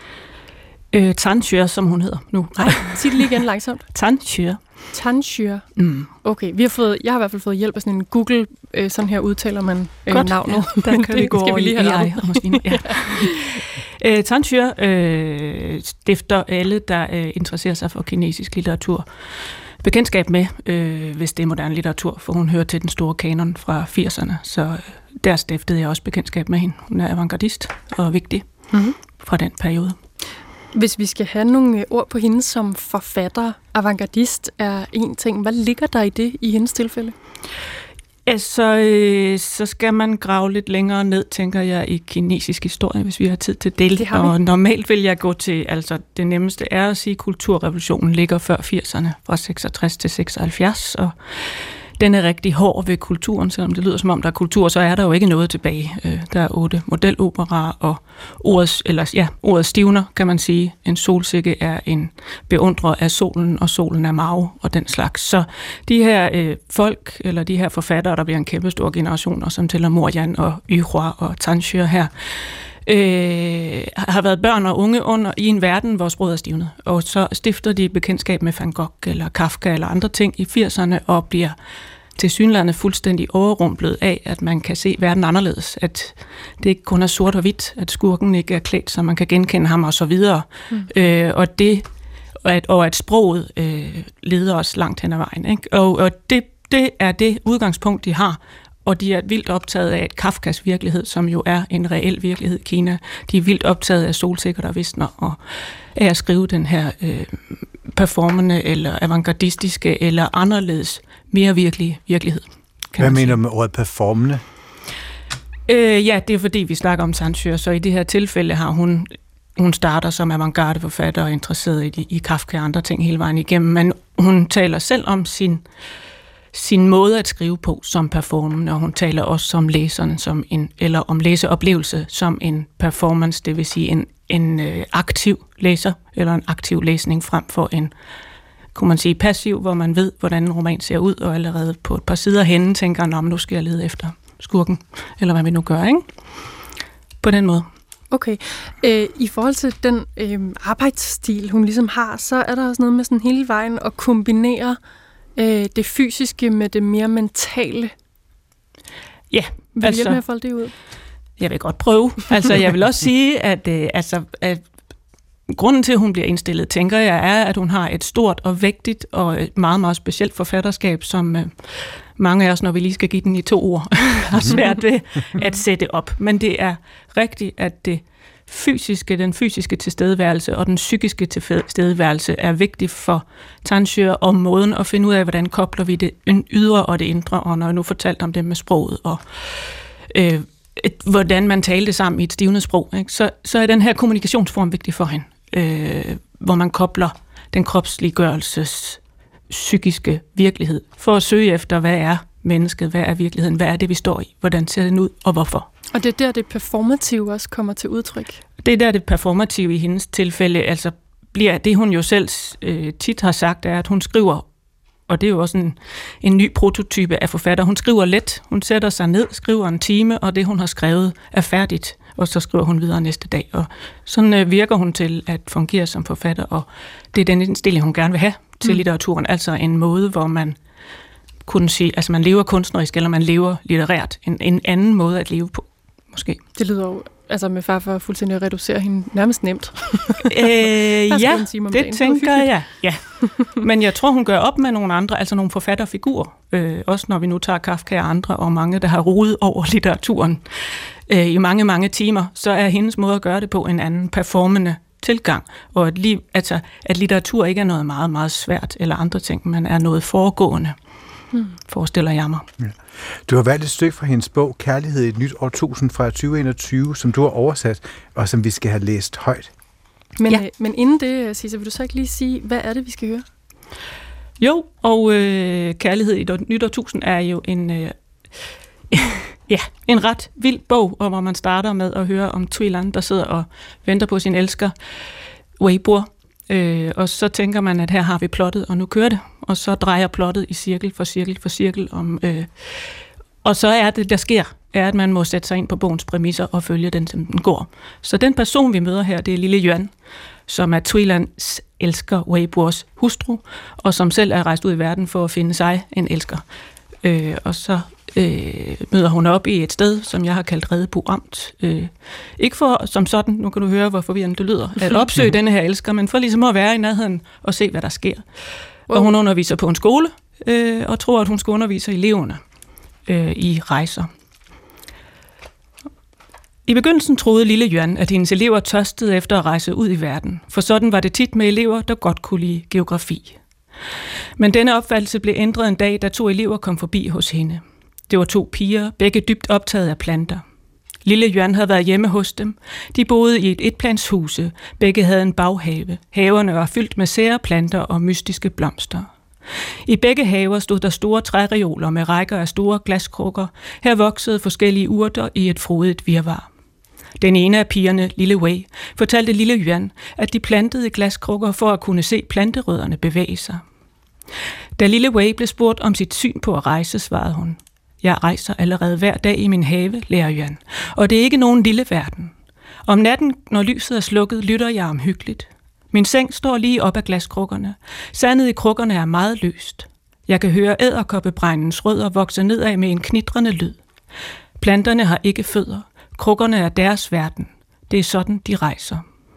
Øh, Tan Xue, som hun hedder nu. Nej, sig det lige igen langsomt. Tan Xue. Tan Xue. Mm. Okay, vi har fået, jeg har i hvert fald fået hjælp af sådan en Google, øh, sådan her udtaler man øh, Godt, navnet. Ja, der kan vi gå over i A I. Ja. øh, Tan Xue øh, stifter alle, der øh, interesserer sig for kinesisk litteratur, bekendtskab med, øh, hvis det er moderne litteratur, for hun hører til den store kanon fra firserne, så øh, der stiftede jeg også bekendtskab med hende. Hun er avantgardist og vigtig mm-hmm. fra den periode. Hvis vi skal have nogle ord på hende som forfatter, avantgardist er en ting. Hvad ligger der i det i hendes tilfælde? Altså, øh, så skal man grave lidt længere ned, tænker jeg, i kinesisk historie, hvis vi har tid til det. det og normalt vil jeg gå til, altså det nemmeste er at sige, at kulturrevolutionen ligger før firserne, fra seksogtres til seksoghalvfjerds, og den er rigtig hård ved kulturen, selvom det lyder som om der er kultur, så er der jo ikke noget tilbage. Der er otte modeloperaer, og ordet, eller, ja, ordet stivner, kan man sige. En solsikke er en beundrer af solen, og solen er Mao og den slags. Så de her øh, folk, eller de her forfattere, der bliver en kæmpe stor generation, og som tæller Morian og Yuhua og Tan Xue her, Øh, har været børn og unge under i en verden, hvor sproget er stivnet. Og så stifter de bekendtskab med Van Gogh eller Kafka eller andre ting i firserne og bliver tilsyneladende fuldstændig overrumplet af, at man kan se verden anderledes. At det ikke kun er sort og hvidt, at skurken ikke er klædt, så man kan genkende ham og så videre. Mm. Øh, og, det, og, at, og at sproget øh, leder os langt hen ad vejen. Ikke? Og, og det, det er det udgangspunkt, de har. Og de er vildt optaget af et Kafkas virkelighed, som jo er en reel virkelighed i Kina. De er vildt optaget af solsikker, der visner, og af at skrive den her øh, performende, eller avantgardistiske, eller anderledes, mere virkelige virkelighed. Hvad mener du med ordet performende? Øh, ja, det er fordi, vi snakker om Tan Xue, så i det her tilfælde har hun, hun starter som avantgarde-forfatter og interesseret i, i Kafka og andre ting hele vejen igennem, men hun taler selv om sin sin måde at skrive på som performance, og hun taler også som læseren, som en, eller om læseoplevelse som en performance, det vil sige en, en øh, aktiv læser, eller en aktiv læsning frem for en, kunne man sige, passiv, hvor man ved, hvordan en roman ser ud, og allerede på et par sider henne tænker, nå, nu skal jeg lede efter skurken, eller hvad vi nu gør, ikke? På den måde. Okay. Øh, I forhold til den øh, arbejdsstil, hun ligesom har, så er der også noget med sådan hele vejen at kombinere Øh, det fysiske med det mere mentale. Ja, vil altså, du hjælpe med at folde det ud? Jeg vil godt prøve. Altså, jeg vil også sige, at, øh, altså, at grunden til, at hun bliver indstillet, tænker jeg, er, at hun har et stort og vægtigt og meget, meget specielt forfatterskab, som øh, mange af os, når vi lige skal give den i to ord, har svært ved at sætte op. Men det er rigtigt, at det fysiske, den fysiske tilstedeværelse og den psykiske tilstedeværelse er vigtig for Tan Xue, og måden at finde ud af, hvordan kobler vi det ydre og det indre, og når jeg nu fortalte om det med sproget, og øh, et, hvordan man talte sammen i et stivnet sprog, ikke? Så, så er den her kommunikationsform vigtig for hende, øh, hvor man kobler den kropsliggørelses psykiske virkelighed, for at søge efter, hvad er mennesket, hvad er virkeligheden, hvad er det, vi står i, hvordan ser den ud, og hvorfor. Og det er der, det performative også kommer til udtryk? Det er der, det performative i hendes tilfælde, altså bliver det, hun jo selv øh, tit har sagt, er, at hun skriver, og det er jo også en, en ny prototype af forfatter, hun skriver let, hun sætter sig ned, skriver en time, og det, hun har skrevet, er færdigt, og så skriver hun videre næste dag. Og sådan øh, virker hun til at fungere som forfatter, og det er den indstilling, hun gerne vil have til mm. litteraturen, altså en måde, hvor man kunne sige, altså man lever kunstnerisk, eller man lever litterært, en, en anden måde at leve på, måske. Det lyder jo, altså med far for fuldstændig at reducere hende nærmest nemt. øh, ja, det tænker jeg, ja. Men jeg tror, hun gør op med nogle andre, altså nogle forfatterfigurer, øh, også når vi nu tager Kafka og andre, og mange, der har rodet over litteraturen øh, i mange, mange timer, så er hendes måde at gøre det på en anden performende tilgang, og at, li- altså, at litteratur ikke er noget meget, meget svært, eller andre ting, men er noget foregående. Hmm. Forestiller jeg mig. Ja. Du har valgt et stykke fra hendes bog, Kærlighed i et nyt årtusind fra tyve enogtyve, som du har oversat, og som vi skal have læst højt. Men, ja. øh, men inden det, Sisse, vil du så ikke lige sige, hvad er det, vi skal høre? Jo, og øh, Kærlighed i et nyt årtusind er jo en, øh, ja, en ret vild bog, hvor man starter med at høre om Thuy Lan, der sidder og venter på sin elsker, Weibo. Øh, og så tænker man, at her har vi plottet, og nu kører det. Og så drejer plottet i cirkel for cirkel for cirkel. Om, øh, og så er det, der sker, er, at man må sætte sig ind på bogens præmisser og følge den, som den går. Så den person, vi møder her, det er lille Yuan, som er Thuy Lans elsker Weibos hustru, og som selv er rejst ud i verden for at finde sig en elsker. Øh, og så øh, møder hun op i et sted, som jeg har kaldt Redebo Amt. Øh, ikke for som sådan, nu kan du høre, hvor forvirrende det lyder, at opsøge denne her elsker, men for ligesom at være i nærheden og se, hvad der sker. Wow. Og hun underviser på en skole, øh, og tror, at hun skal undervise eleverne øh, i rejser. I begyndelsen troede lille Yuan, at hendes elever tørstede efter at rejse ud i verden, for sådan var det tit med elever, der godt kunne lide geografi. Men denne opfattelse blev ændret en dag, da to elever kom forbi hos hende. Det var to piger, begge dybt optaget af planter. Lille Yuan havde været hjemme hos dem. De boede i et etplanshuse. Begge havde en baghave. Haverne var fyldt med sære planter og mystiske blomster. I begge haver stod der store træreoler med rækker af store glaskrukker. Her voksede forskellige urter i et frodigt virvar. Den ene af pigerne, lille Wei, fortalte lille Yuan, at de plantede glaskrukker for at kunne se planterødderne bevæge sig. Da lille Wei blev spurgt om sit syn på at rejse, svarede hun: Jeg rejser allerede hver dag i min have, lærer Yuan, og det er ikke nogen lille verden. Om natten, når lyset er slukket, lytter jeg omhyggeligt. Min seng står lige op ad glaskrukkerne. Sandet i krukkerne er meget løst. Jeg kan høre edderkoppebrændens rødder vokse nedad med en knitrende lyd. Planterne har ikke fødder. Krukkerne er deres verden. Det er sådan, de rejser.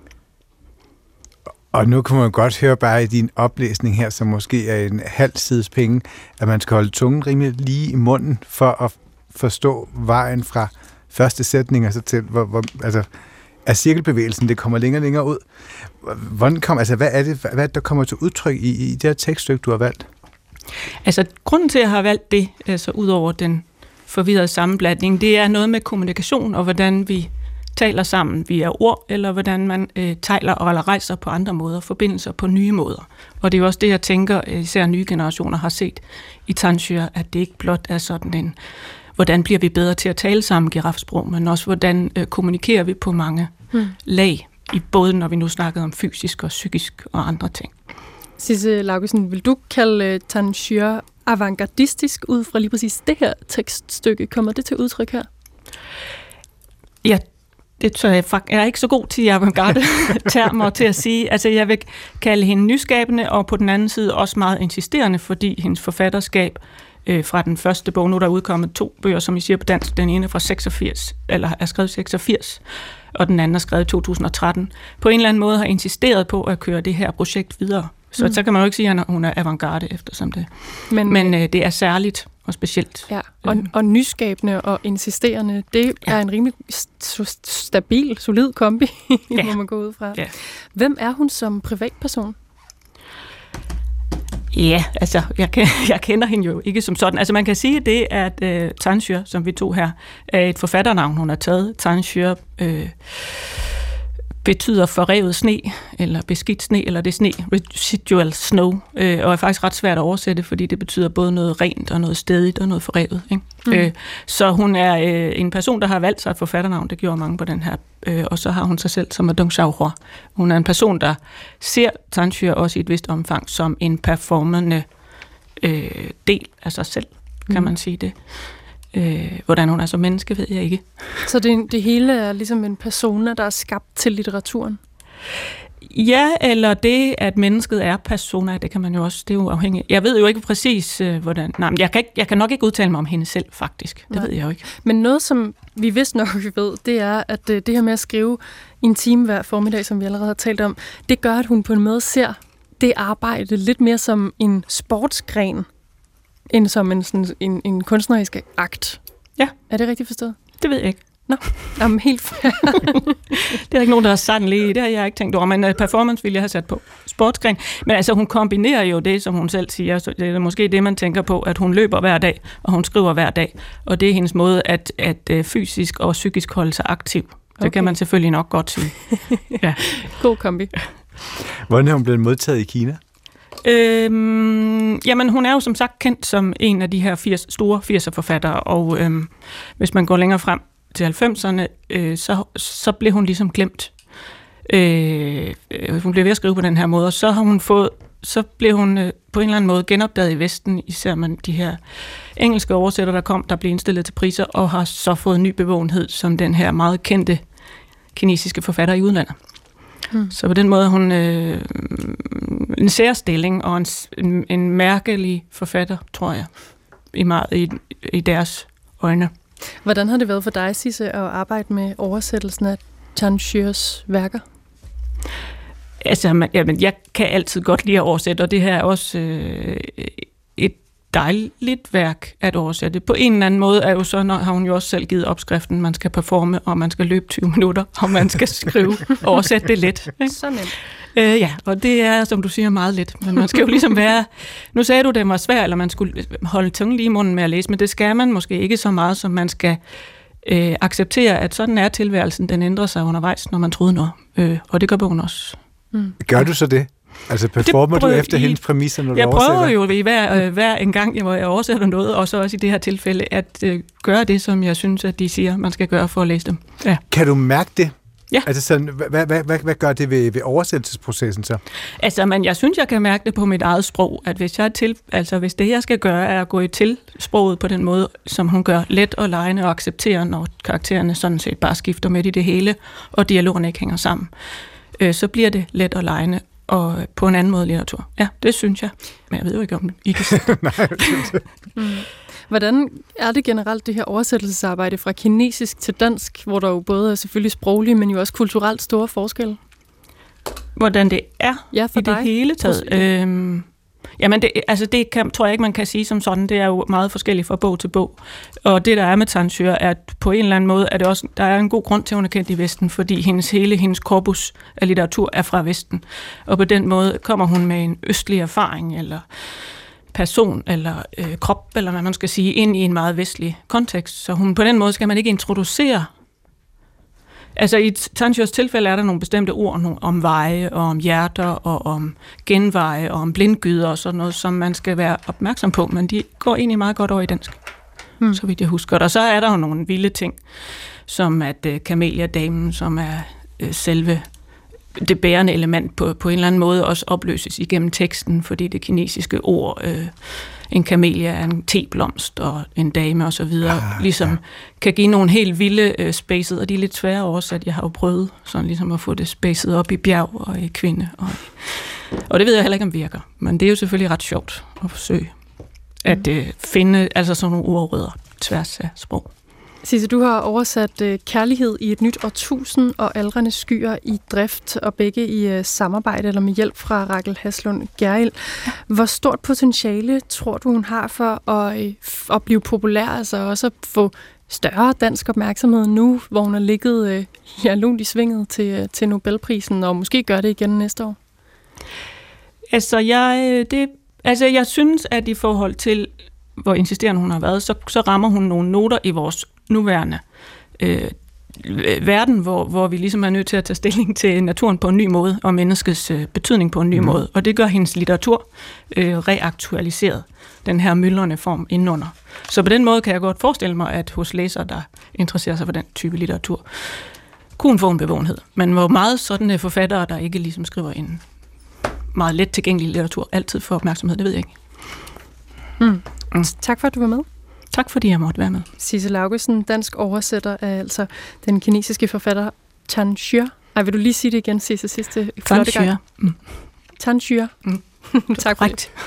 Og nu kan man godt høre bare i din oplæsning her, som måske er en halv sides penge, at man skal holde tungen rimelig lige i munden for at forstå vejen fra første sætning og så til, hvor, hvor altså, af cirkelbevægelsen, det kommer længere og længere ud. Hvordan kom, altså, hvad er det, hvad er det, der kommer til udtryk i, i det her tekststykke, du har valgt? Altså, grunden til, at jeg har valgt det, altså ud over den forvirrede sammenblanding, det er noget med kommunikation og hvordan vi taler sammen via ord, eller hvordan man øh, taler eller rejser på andre måder, forbindelser på nye måder. Og det er jo også det, jeg tænker, især nye generationer har set i Tansyr, at det ikke blot er sådan en, hvordan bliver vi bedre til at tale sammen girafsprog, men også hvordan øh, kommunikerer vi på mange hmm. lag, i både når vi nu snakkede om fysisk og psykisk og andre ting. Sisse Laugesen, vil du kalde uh, Tansyr avantgardistisk ud fra lige præcis det her tekststykke? Kommer det til udtryk her? Ja, det tror jeg faktisk. Jeg er ikke så god til avantgarde-termer til at sige. Altså, jeg vil kalde hende nyskabende, og på den anden side også meget insisterende, fordi hendes forfatterskab øh, fra den første bog, nu der er udkommet to bøger, som I siger på dansk, den ene fra seksogfirs, eller er skrevet seksogfirs, og den anden er skrevet i to tusind og tretten, på en eller anden måde har insisteret på at køre det her projekt videre. Så, mm. så kan man jo ikke sige, at hun er avantgarde eftersom det. Men, Men øh, det er særligt og specielt. Ja, og, og nyskabende og insisterende, det ja. er en rimelig st- stabil, solid kombi, ja. må man gå ud fra. Ja. Hvem er hun som privatperson? Ja, altså, jeg, jeg kender hende jo ikke som sådan. Altså, man kan sige det, at uh, Tansyr, som vi tog her, er et forfatternavn, hun har taget. Tansyr øh, betyder forrevet sne, eller beskidt sne, eller det sne, residual snow, øh, og er faktisk ret svært at oversætte, fordi det betyder både noget rent og noget stedigt og noget forrevet. Ikke? Mm. Øh, så hun er øh, en person, der har valgt sig et forfatternavn, det gjorde mange på den her, øh, og så har hun sig selv som Dong Xiaohua. Hun er en person, der ser Tan Shui også i et vist omfang som en performende øh, del af sig selv, kan mm. man sige det. Øh, hvordan hun er som menneske, ved jeg ikke. Så det, det hele er ligesom en persona, der er skabt til litteraturen? Ja, eller det, at mennesket er persona, det kan man jo også, det er jo afhængigt. Jeg ved jo ikke præcis, øh, hvordan... Nej, men jeg kan, ikke, jeg kan nok ikke udtale mig om hende selv, faktisk. Det Nej. ved jeg jo ikke. Men noget, som vi vist nok ved, det er, at øh, det her med at skrive en time hver formiddag, som vi allerede har talt om, det gør, at hun på en måde ser det arbejde lidt mere som en sportsgren, end som en, sådan, en, en kunstnerisk akt. Ja. Er det rigtigt forstået? Det ved jeg ikke. Nå, jamen helt fair. Det er ikke nogen, der har sagt lige. Det har jeg ikke tænkt over, men performance ville jeg have sat på. Sportsgren. Men altså, hun kombinerer jo det, som hun selv siger. Så det er måske det, man tænker på, at hun løber hver dag, og hun skriver hver dag. Og det er hendes måde at, at fysisk og psykisk holde sig aktiv. Det okay. kan man selvfølgelig nok godt sige. Ja. God kombi. Hvordan er hun blevet modtaget i Kina? Øhm, jamen, hun er jo som sagt kendt som en af de her firs, store firser-forfattere, og øhm, hvis man går længere frem til halvfemserne, øh, så, så blev hun ligesom glemt. Øh, hun blev ved at skrive på den her måde, og så har hun fået, så blev hun øh, på en eller anden måde genopdaget i Vesten, især med de her engelske oversætter, der kom, der blev indstillet til priser, og har så fået ny bevågenhed som den her meget kendte kinesiske forfatter i udlandet. Hmm. Så på den måde hun øh, en særstilling og en, en, en mærkelig forfatter, tror jeg, i, meget, i, i deres øjne. Hvordan har det været for dig, Sisse, at arbejde med oversættelsen af Tan Shuis værker? Altså, man, jamen, jeg kan altid godt lide at oversætte, og det her er også øh, et dejligt værk at oversætte. På en eller anden måde er jo så, når har hun jo også selv givet opskriften, man skal performe, og man skal løbe tyve minutter, og man skal skrive og oversætte det let. Ikke? Så nemt. Øh, ja, og det er, som du siger, meget let. Men man skal jo ligesom være... Nu sagde du, det var svært, eller man skulle holde tungen lige i munden med at læse, men det skal man måske ikke så meget, som man skal øh, acceptere, at sådan er tilværelsen, den ændrer sig undervejs, når man troede noget. Øh, og det gør bogen også. Mm. Gør du så det? Altså performer du efter i, hendes præmisser, når du jeg oversætter? Jeg prøver jo i hver, øh, hver en gang, hvor jeg oversætter noget, og så også i det her tilfælde, at øh, gøre det, som jeg synes, at de siger, man skal gøre for at læse dem. Ja. Kan du mærke det? Ja. Altså sådan, hvad, hvad, hvad, hvad gør det ved, ved oversættelsesprocessen så? Altså, men jeg synes, jeg kan mærke det på mit eget sprog, at hvis jeg til, altså hvis det jeg skal gøre, er at gå i til sproget på den måde, som hun gør, let og legende og acceptere, når karaktererne sådan set bare skifter midt i det hele, og dialogerne ikke hænger sammen, øh, så bliver det let og legende og på en anden måde litteratur. Ja, det synes jeg. Men jeg ved jo ikke, om I kan sige det. Nej, mm. Hvordan er det generelt, det her oversættelsesarbejde fra kinesisk til dansk, hvor der jo både er selvfølgelig sproglige, men jo også kulturelt store forskelle? Hvordan det er ja, for i dig. Det hele taget? Øhm, jamen, det, altså det kan, tror jeg ikke, man kan sige som sådan. Det er jo meget forskelligt fra bog til bog. Og det, der er med Tan Shui, er, at på en eller anden måde, er det også, der er en god grund til, at hun er kendt i Vesten, fordi hendes hele hendes korpus af litteratur er fra Vesten. Og på den måde kommer hun med en østlig erfaring, eller person, eller øh, krop, eller hvad man skal sige, ind i en meget vestlig kontekst. Så hun, på den måde skal man ikke introducere. Altså i Tan Shuis tilfælde er der nogle bestemte ord nogle, om veje, og om hjerter, og om genveje, og om blindgyder, og sådan noget, som man skal være opmærksom på, men de går egentlig meget godt over i dansk, hmm. så vidt jeg husker. Og så er der jo nogle vilde ting, som at øh, Camelia-damen, som er øh, selve det bærende element på, på en eller anden måde også opløses igennem teksten, fordi det kinesiske ord, øh, en kamelia er en teblomst og en dame og så videre, ah, ligesom ja. kan give nogle helt vilde øh, spacet, og de er lidt svære oversat. Jeg har jo prøvet sådan ligesom at få det spacet op i bjerg og i kvinde. Og, og det ved jeg heller ikke, om virker. Men det er jo selvfølgelig ret sjovt at forsøge at øh, finde altså sådan nogle ordrødder tværs af sprog. Sisse, du har oversat uh, Kærlighed i et nyt årtusind og Aldrende skyer i drift, og begge i uh, samarbejde eller med hjælp fra Rakel Haslund Gjerrild. Hvor stort potentiale tror du, hun har for at, uh, at blive populær, altså også at få større dansk opmærksomhed nu, hvor hun har ligget uh, ja, lunt i svinget til, uh, til Nobelprisen, og måske gør det igen næste år? Altså, jeg, det, altså, jeg synes, at i forhold til, hvor insisterende hun har været, så, så rammer hun nogle noter i vores nuværende øh, verden, hvor, hvor vi ligesom er nødt til at tage stilling til naturen på en ny måde, og menneskets øh, betydning på en ny mm. måde. Og det gør hendes litteratur øh, reaktualiseret, den her myldrende form indenunder. Så på den måde kan jeg godt forestille mig, at hos læsere, der interesserer sig for den type litteratur, kunne få en bevågenhed. Men hvor meget sådanne forfattere, der ikke ligesom skriver en meget let tilgængelig litteratur, altid får opmærksomhed, det ved jeg ikke. Mm. Mm. Tak for, at du var med. Tak fordi jeg måtte være med. Sissel Augustsen, dansk oversætter af altså den kinesiske forfatter Tan Xue. Ej, vil du lige sige det igen, Sissel, sidste flotte gang? Mm. Tan Xue. Mm. Tak for det.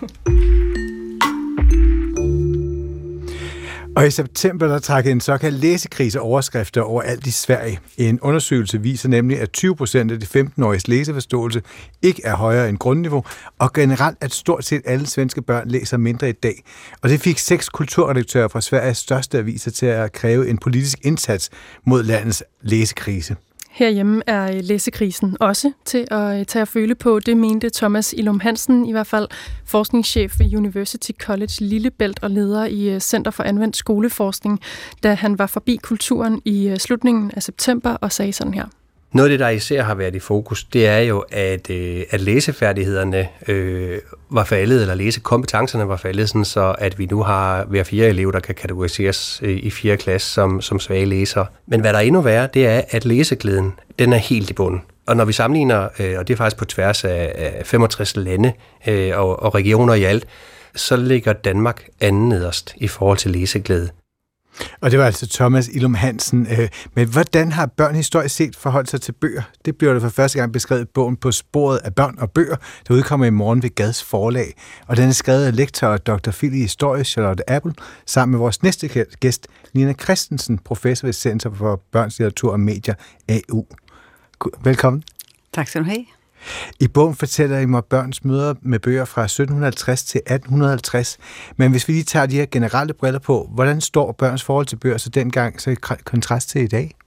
Og i september der trak en såkaldt læsekrise overskrifter overalt i Sverige. En undersøgelse viser nemlig, at tyve procent af de femten-åriges læseforståelse ikke er højere end grundniveau, og generelt at stort set alle svenske børn læser mindre i dag. Og det fik seks kulturredaktører fra Sveriges største aviser til at kræve en politisk indsats mod landets læsekrise. Herhjemme er læsekrisen også til at tage at føle på. Det mente Thomas Illum Hansen, i hvert fald forskningschef ved University College Lillebælt og leder i Center for Anvendt Skoleforskning, da han var forbi kulturen i slutningen af september og sagde sådan her. Noget af det, der især har været i fokus, det er jo, at, øh, at læsefærdighederne øh, var faldet, eller læsekompetencerne var faldet, sådan så at vi nu har hver fire elev, der kan kategoriseres øh, i fjerde klasse som, som svage læsere. Men hvad der er endnu værre, det er, at læseglæden, den er helt i bunden. Og når vi sammenligner, øh, og det er faktisk på tværs af, af femogtres lande øh, og, og regioner i alt, så ligger Danmark anden nederst i forhold til læseglæde. Og det var altså Thomas Illum Hansen. Men hvordan har børn historisk set forholdt sig til bøger? Det bliver det for første gang beskrevet i bogen På sporet af børn og bøger, der udkommer i morgen ved Gads Forlag. Og den er skrevet af lektor og doktor Phil i historie, Charlotte Appel, sammen med vores næste gæst, Nina Christensen, professor ved Center for Børns Litteratur og Medier, A U. Velkommen. Tak skal du have. I bogen fortæller I mig børns møder med bøger fra sytten halvtreds til atten halvtreds. Men hvis vi lige tager de her generelle briller på, hvordan står børns forhold til bøger så dengang så i kontrast til i dag?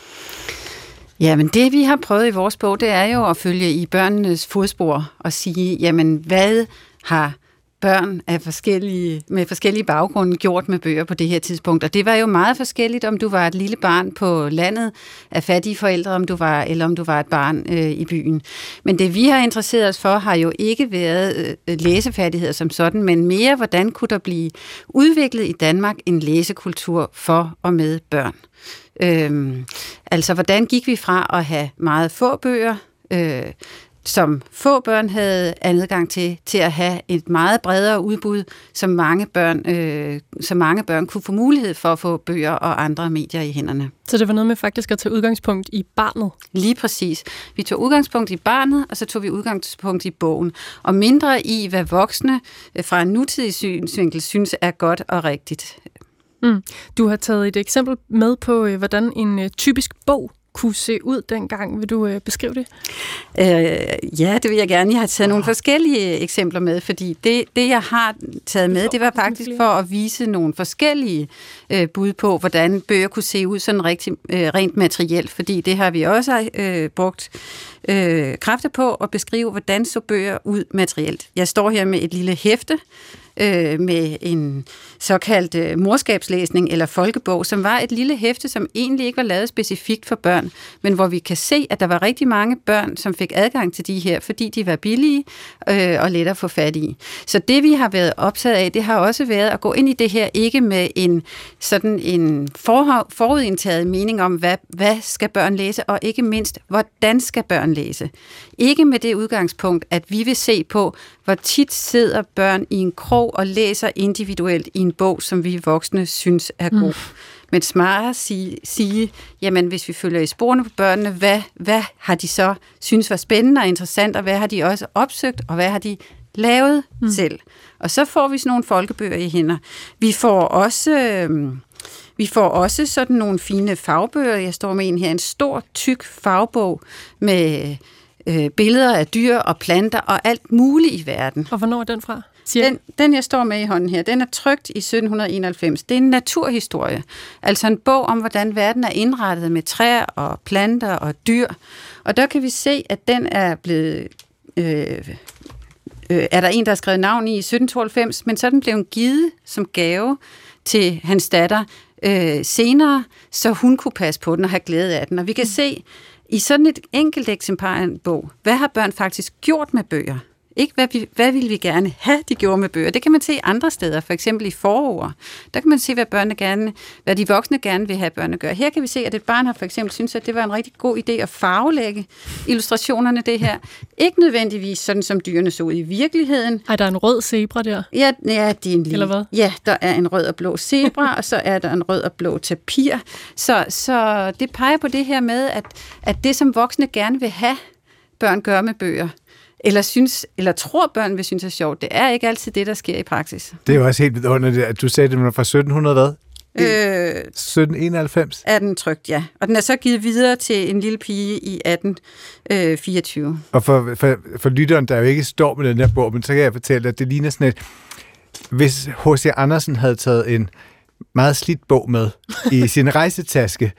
Jamen det vi har prøvet i vores bog, det er jo at følge i børnenes fodspor og sige, jamen hvad har børn af forskellige, med forskellige baggrunde gjort med bøger på det her tidspunkt. Og det var jo meget forskelligt, om du var et lille barn på landet af fattige forældre, om du var, eller om du var et barn øh, i byen. Men det vi har interesseret os for, har jo ikke været øh, læsefærdigheder som sådan, men mere, hvordan kunne der blive udviklet i Danmark en læsekultur for og med børn. Øhm, altså, hvordan gik vi fra at have meget få bøger, øh, som få børn havde adgang til, til at have et meget bredere udbud, som mange børn, øh, som mange børn kunne få mulighed for at få bøger og andre medier i hænderne. Så det var noget med faktisk at tage udgangspunkt i barnet? Lige præcis. Vi tog udgangspunkt i barnet, og så tog vi udgangspunkt i bogen. Og mindre i, hvad voksne fra en nutidig synsvinkel synes er godt og rigtigt. Mm. Du har taget et eksempel med på, hvordan en typisk bog kunne se ud dengang. Vil du øh, beskrive det? Øh, ja, det vil jeg gerne. Jeg har taget nogle forskellige eksempler med, fordi det, det jeg har taget med, det var faktisk for at vise nogle forskellige øh, bud på, hvordan bøger kunne se ud sådan rigtig, øh, rent materielt, fordi det har vi også øh, brugt øh, kræfter på at beskrive, hvordan så bøger ud materielt. Jeg står her med et lille hæfte, med en såkaldt morskabslæsning eller folkebog, som var et lille hæfte, som egentlig ikke var lavet specifikt for børn, men hvor vi kan se, at der var rigtig mange børn, som fik adgang til de her, fordi de var billige øh, og lettere at få fat i. Så det, vi har været optaget af, det har også været at gå ind i det her, ikke med en sådan en for, forudindtaget mening om, hvad, hvad skal børn læse, og ikke mindst, hvordan skal børn læse. Ikke med det udgangspunkt, at vi vil se på, hvor tit sidder børn i en krog og læser individuelt i en bog, som vi voksne synes er god. Mm. Men snarere sige, sige, jamen hvis vi følger i sporene på børnene, hvad, hvad har de så synes var spændende og interessant, og hvad har de også opsøgt, og hvad har de lavet mm. selv. Og så får vi sådan nogle folkebøger i hænder. Vi får også... Øh, Vi får også sådan nogle fine fagbøger. Jeg står med en her, en stor, tyk fagbog med øh, billeder af dyr og planter og alt muligt i verden. Og hvornår er den fra? Den, den, jeg står med i hånden her, den er trykt i sytten enoghalvfems. Det er en naturhistorie. Altså en bog om, hvordan verden er indrettet med træer og planter og dyr. Og der kan vi se, at den er blevet... Øh, øh, er der en, der har skrevet navn i i sytten tooghalvfems, men så er den blevet givet som gave til hans datter, øh, senere, så hun kunne passe på den og have glæde af den. Og vi kan se i sådan et enkelt eksemplar af en bog, hvad har børn faktisk gjort med bøger? Ikke, hvad, vi, hvad ville vi gerne have, de gjorde med bøger. Det kan man se andre steder, for eksempel i forord. Der kan man se, hvad, børnene gerne, hvad de voksne gerne vil have børnene gøre. Her kan vi se, at et barn har for eksempel synes, at det var en rigtig god idé at farvelægge illustrationerne det her. Ikke nødvendigvis sådan, som dyrene så ud i virkeligheden. Ej, der er en rød zebra der. Ja, ja, det er en lille. Eller hvad? Ja, der er en rød og blå zebra, og så er der en rød og blå tapir. Så, så det peger på det her med, at, at det, som voksne gerne vil have, børn gør med bøger, eller synes, eller tror børn vil synes er sjovt. Det er ikke altid det, der sker i praksis. Det er jo også helt vidunderligt, at du sagde, det var fra sytten hundrede hvad? Øh, sytten enoghalvfems? Er den trykt, ja. Og den er så givet videre til en lille pige i atten fireogtyve. Og for, for, for lytteren, der jo ikke står med den her bog, men så kan jeg fortælle, at det ligner sådan et... Hvis H C Andersen havde taget en meget slidt bog med i sin rejsetaske,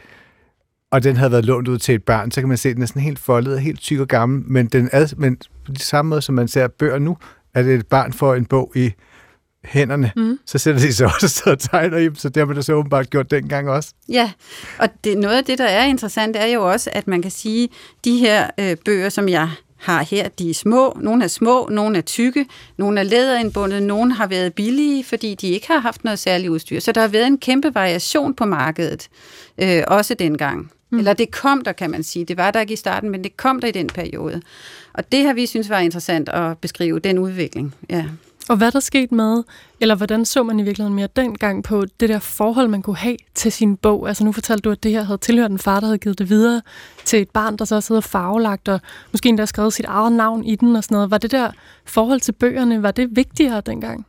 og den havde været lånt ud til et barn, så kan man se, at den er sådan helt foldet og helt tyk og gammel, men, den er, men på de samme måde, som man ser bøger nu, at et barn får en bog i hænderne, mm. så sætter de sig også og tegner i dem, så det har man da så åbenbart gjort dengang også. Ja, og det, noget af det, der er interessant, er jo også, at man kan sige, de her øh, bøger, som jeg har her, de er små, nogle er små, nogle er tykke, nogle er læderindbundet, nogle har været billige, fordi de ikke har haft noget særligt udstyr. Så der har været en kæmpe variation på markedet, øh, også dengang. Mm. Eller det kom der, kan man sige. Det var der ikke i starten, men det kom der i den periode. Og det har vi synes var interessant at beskrive, den udvikling. Ja. Og hvad der skete med, eller hvordan så man i virkeligheden mere dengang på det der forhold, man kunne have til sin bog? Altså nu fortalte du, at det her havde tilhørt en far, der havde givet det videre til et barn, der så også havde farvelagt, og måske endda skrevet sit eget navn i den og sådan noget. Var det der forhold til bøgerne, var det vigtigere dengang?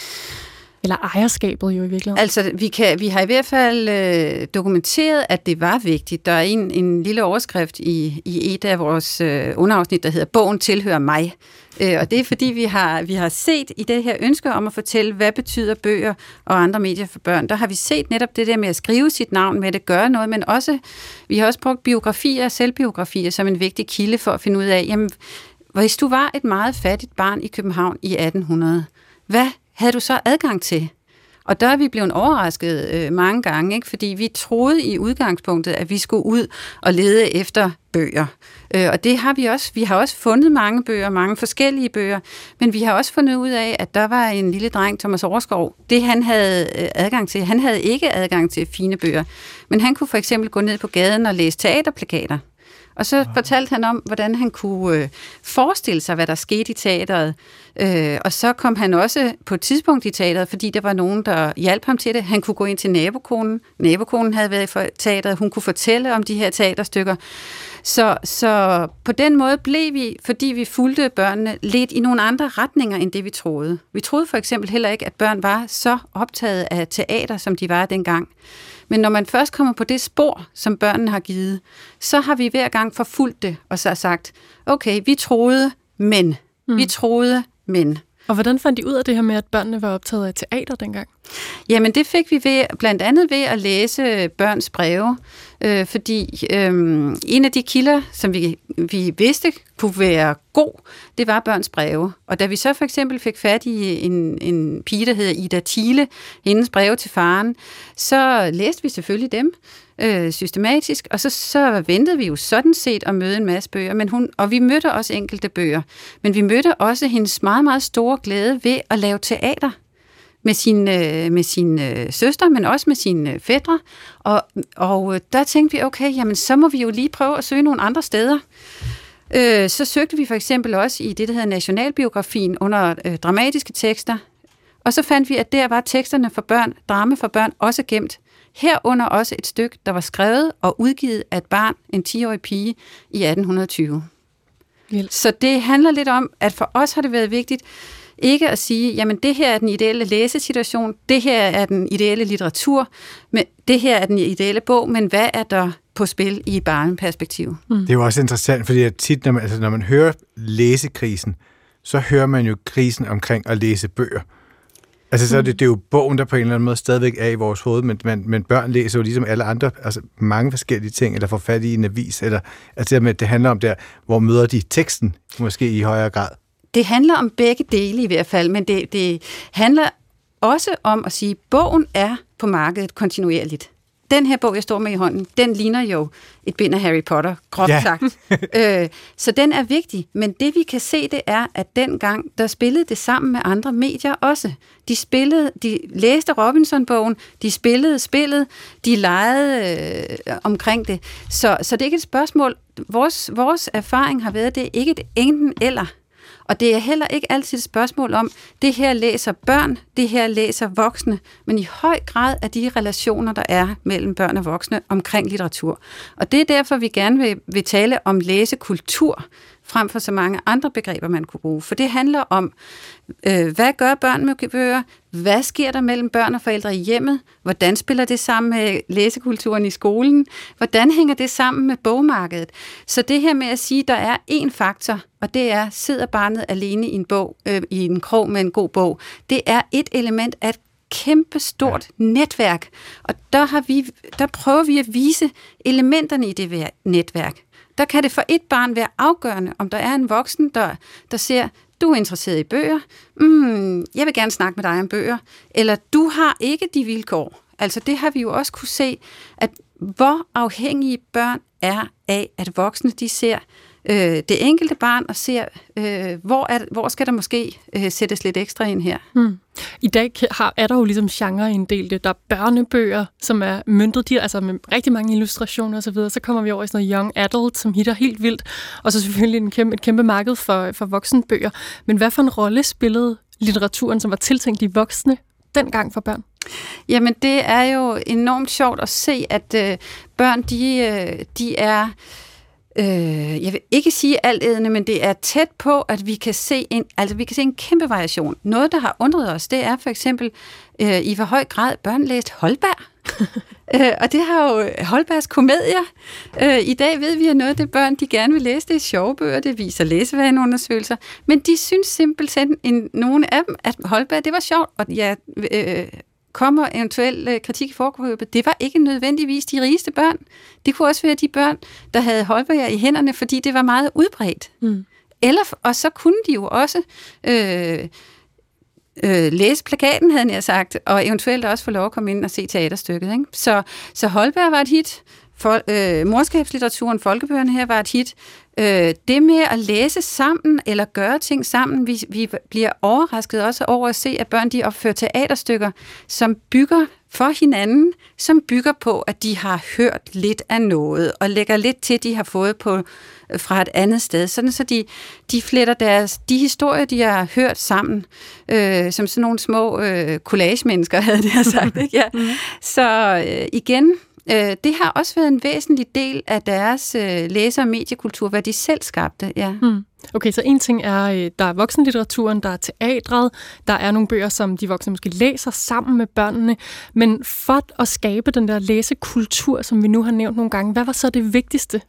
Eller ejerskabet jo i virkeligheden? Altså, vi, kan, vi har i hvert fald øh, dokumenteret, at det var vigtigt. Der er en, en lille overskrift i, i et af vores øh, underafsnit, der hedder Bogen tilhører mig. Øh, og det er fordi, vi har, vi har set i det her ønske om at fortælle, hvad betyder bøger og andre medier for børn. Der har vi set netop det der med at skrive sit navn, med at gøre noget, men også, vi har også brugt biografier og selvbiografier som en vigtig kilde for at finde ud af, jamen, hvis du var et meget fattigt barn i København i atten hundrede, hvad havde du så adgang til? Og der er vi blevet overrasket øh, mange gange, ikke? Fordi vi troede i udgangspunktet, at vi skulle ud og lede efter bøger. Øh, og det har vi også. Vi har også fundet mange bøger, mange forskellige bøger, men vi har også fundet ud af, at der var en lille dreng, Thomas Overskov, det han havde øh, adgang til, han havde ikke adgang til fine bøger, men han kunne for eksempel gå ned på gaden og læse teaterplakater. Og så fortalte han om, hvordan han kunne øh, forestille sig, hvad der skete i teateret. Øh, og så kom han også på et tidspunkt i teateret, fordi der var nogen, der hjalp ham til det. Han kunne gå ind til nabokonen. Nabokonen havde været i teateret. Hun kunne fortælle om de her teaterstykker. Så, så på den måde blev vi, fordi vi fulgte børnene, lidt i nogle andre retninger, end det vi troede. Vi troede for eksempel heller ikke, at børn var så optaget af teater, som de var dengang. Men når man først kommer på det spor, som børnene har givet, så har vi hver gang forfulgt det, og så sagt, okay, vi troede, men. Mm. Vi troede, men. Og hvordan fandt de ud af det her med, at børnene var optaget af teater dengang? Jamen det fik vi ved, blandt andet ved at læse børns breve, øh, fordi øh, en af de kilder, som vi, vi vidste kunne være god, det var børns breve. Og da vi så for eksempel fik fat i en, en pige, der hedder Ida Thiele, hendes breve til faren, så læste vi selvfølgelig dem øh, systematisk, og så, så ventede vi jo sådan set at møde en masse bøger, men hun, og vi mødte også enkelte bøger, men vi mødte også hendes meget, meget store glæde ved at lave teater med sin, med sin øh, søster, men også med sine øh, fætre. Og, og der tænkte vi, okay, jamen så må vi jo lige prøve at søge nogle andre steder. Øh, så søgte vi for eksempel også i det, der hedder Nationalbiografien under øh, dramatiske tekster. Og så fandt vi, at der var teksterne for børn, drama for børn, også gemt. Herunder også et stykke, der var skrevet og udgivet af et barn, en ti-årig pige, i atten tyve. Vildt. Så det handler lidt om, at for os har det været vigtigt, ikke at sige, jamen det her er den ideelle læsesituation, det her er den ideelle litteratur, men det her er den ideelle bog, men hvad er der på spil i barneperspektiv? Mm. Det er jo også interessant, fordi at tit, når man, altså når man hører læsekrisen, så hører man jo krisen omkring at læse bøger. Altså så er det, det er jo bogen, der på en eller anden måde stadigvæk er i vores hoved, men, men, men børn læser jo ligesom alle andre, altså mange forskellige ting, eller får fat i en avis, eller altså det, det handler om der, hvor møder de teksten måske i højere grad. Det handler om begge dele i hvert fald, men det, det handler også om at sige, at bogen er på markedet kontinuerligt. Den her bog, jeg står med i hånden, den ligner jo et bind af Harry Potter, groft ja. sagt. øh, så den er vigtig, men det vi kan se, det er, at dengang, der spillede det sammen med andre medier også. De spillede, de læste Robinson-bogen, de spillede spillet, de legede øh, omkring det. Så, så det er ikke et spørgsmål. Vores, vores erfaring har været, at det er ikke et enten eller. Og det er heller ikke altid et spørgsmål om, det her læser børn, det her læser voksne, men i høj grad af de relationer, der er mellem børn og voksne omkring litteratur. Og det er derfor, vi gerne vil, vil tale om læsekultur, frem for så mange andre begreber, man kunne bruge. For det handler om, øh, hvad gør børn med bøger? Hvad sker der mellem børn og forældre i hjemmet? Hvordan spiller det sammen med læsekulturen i skolen? Hvordan hænger det sammen med bogmarkedet? Så det her med at sige, at der er én faktor, og det er, sidder barnet alene i en bog, øh, i en krog med en god bog, det er et element af et kæmpestort ja. netværk. Og der, har vi, der prøver vi at vise elementerne i det netværk. Der kan det for et barn være afgørende, om der er en voksen, der, der ser, du er interesseret i bøger, mm, jeg vil gerne snakke med dig om bøger, eller du har ikke de vilkår. Altså det har vi jo også kunne se, at hvor afhængige børn er af, at voksne de ser øh, det enkelte barn og ser, øh, hvor, er, hvor skal der måske øh, sættes lidt ekstra ind her. Hmm. I dag har, er der jo ligesom genre inddelt. Der er børnebøger, som er møntet, de, altså med rigtig mange illustrationer og så videre. Så kommer vi over i sådan noget young adult, som hitter helt vildt. Og så selvfølgelig en kæmpe, et kæmpe marked for, for voksenbøger. Men hvad for en rolle spillede litteraturen, som var tiltænkt de voksne dengang for børn? Jamen, det er jo enormt sjovt at se, at øh, børn, de, øh, de er... Øh, jeg vil ikke sige altædende, men det er tæt på, at vi kan se en, altså vi kan se en kæmpe variation. Noget, der har undret os, det er for eksempel øh, i hvor høj grad børn læst Holberg. øh, og det har jo Holbergs komedier. Øh, I dag ved vi, at noget af det børn, de gerne vil læse, det er sjove bøger, det viser læsevaneundersøgelser. Men de synes simpelthen, en, nogle af dem, at Holberg, det var sjovt. Og ja, øh, kommer eventuelt øh, kritik i forkøbet. Det var ikke nødvendigvis de rigeste børn. Det kunne også være de børn, der havde Holberg i hænderne, fordi det var meget udbredt. Mm. Eller, og så kunne de jo også øh, øh, læse plakaten, havde jeg sagt, og eventuelt også få lov at komme ind og se teaterstykket. Ikke? Så, så Holberg var et hit. For, øh, morskabslitteraturen, folkebøgerne her, var et hit. Øh, det med at læse sammen, eller gøre ting sammen, vi, vi bliver overrasket også over at se, at børn de opfører teaterstykker, som bygger for hinanden, som bygger på, at de har hørt lidt af noget, og lægger lidt til, de har fået på, fra et andet sted. Sådan så de, de fletter deres, de historier, de har hørt sammen, øh, som sådan nogle små øh, collage-mennesker, havde det her sagt. Ikke? Ja. Mm. Så øh, igen... Det har også været en væsentlig del af deres øh, læse- og mediekultur, hvad de selv skabte. Ja. Hmm. Okay, så en ting er, der er voksenlitteraturen, der er teatret, der er nogle bøger, som de voksne måske læser sammen med børnene, men for at skabe den der læsekultur, som vi nu har nævnt nogle gange, hvad var så det vigtigste?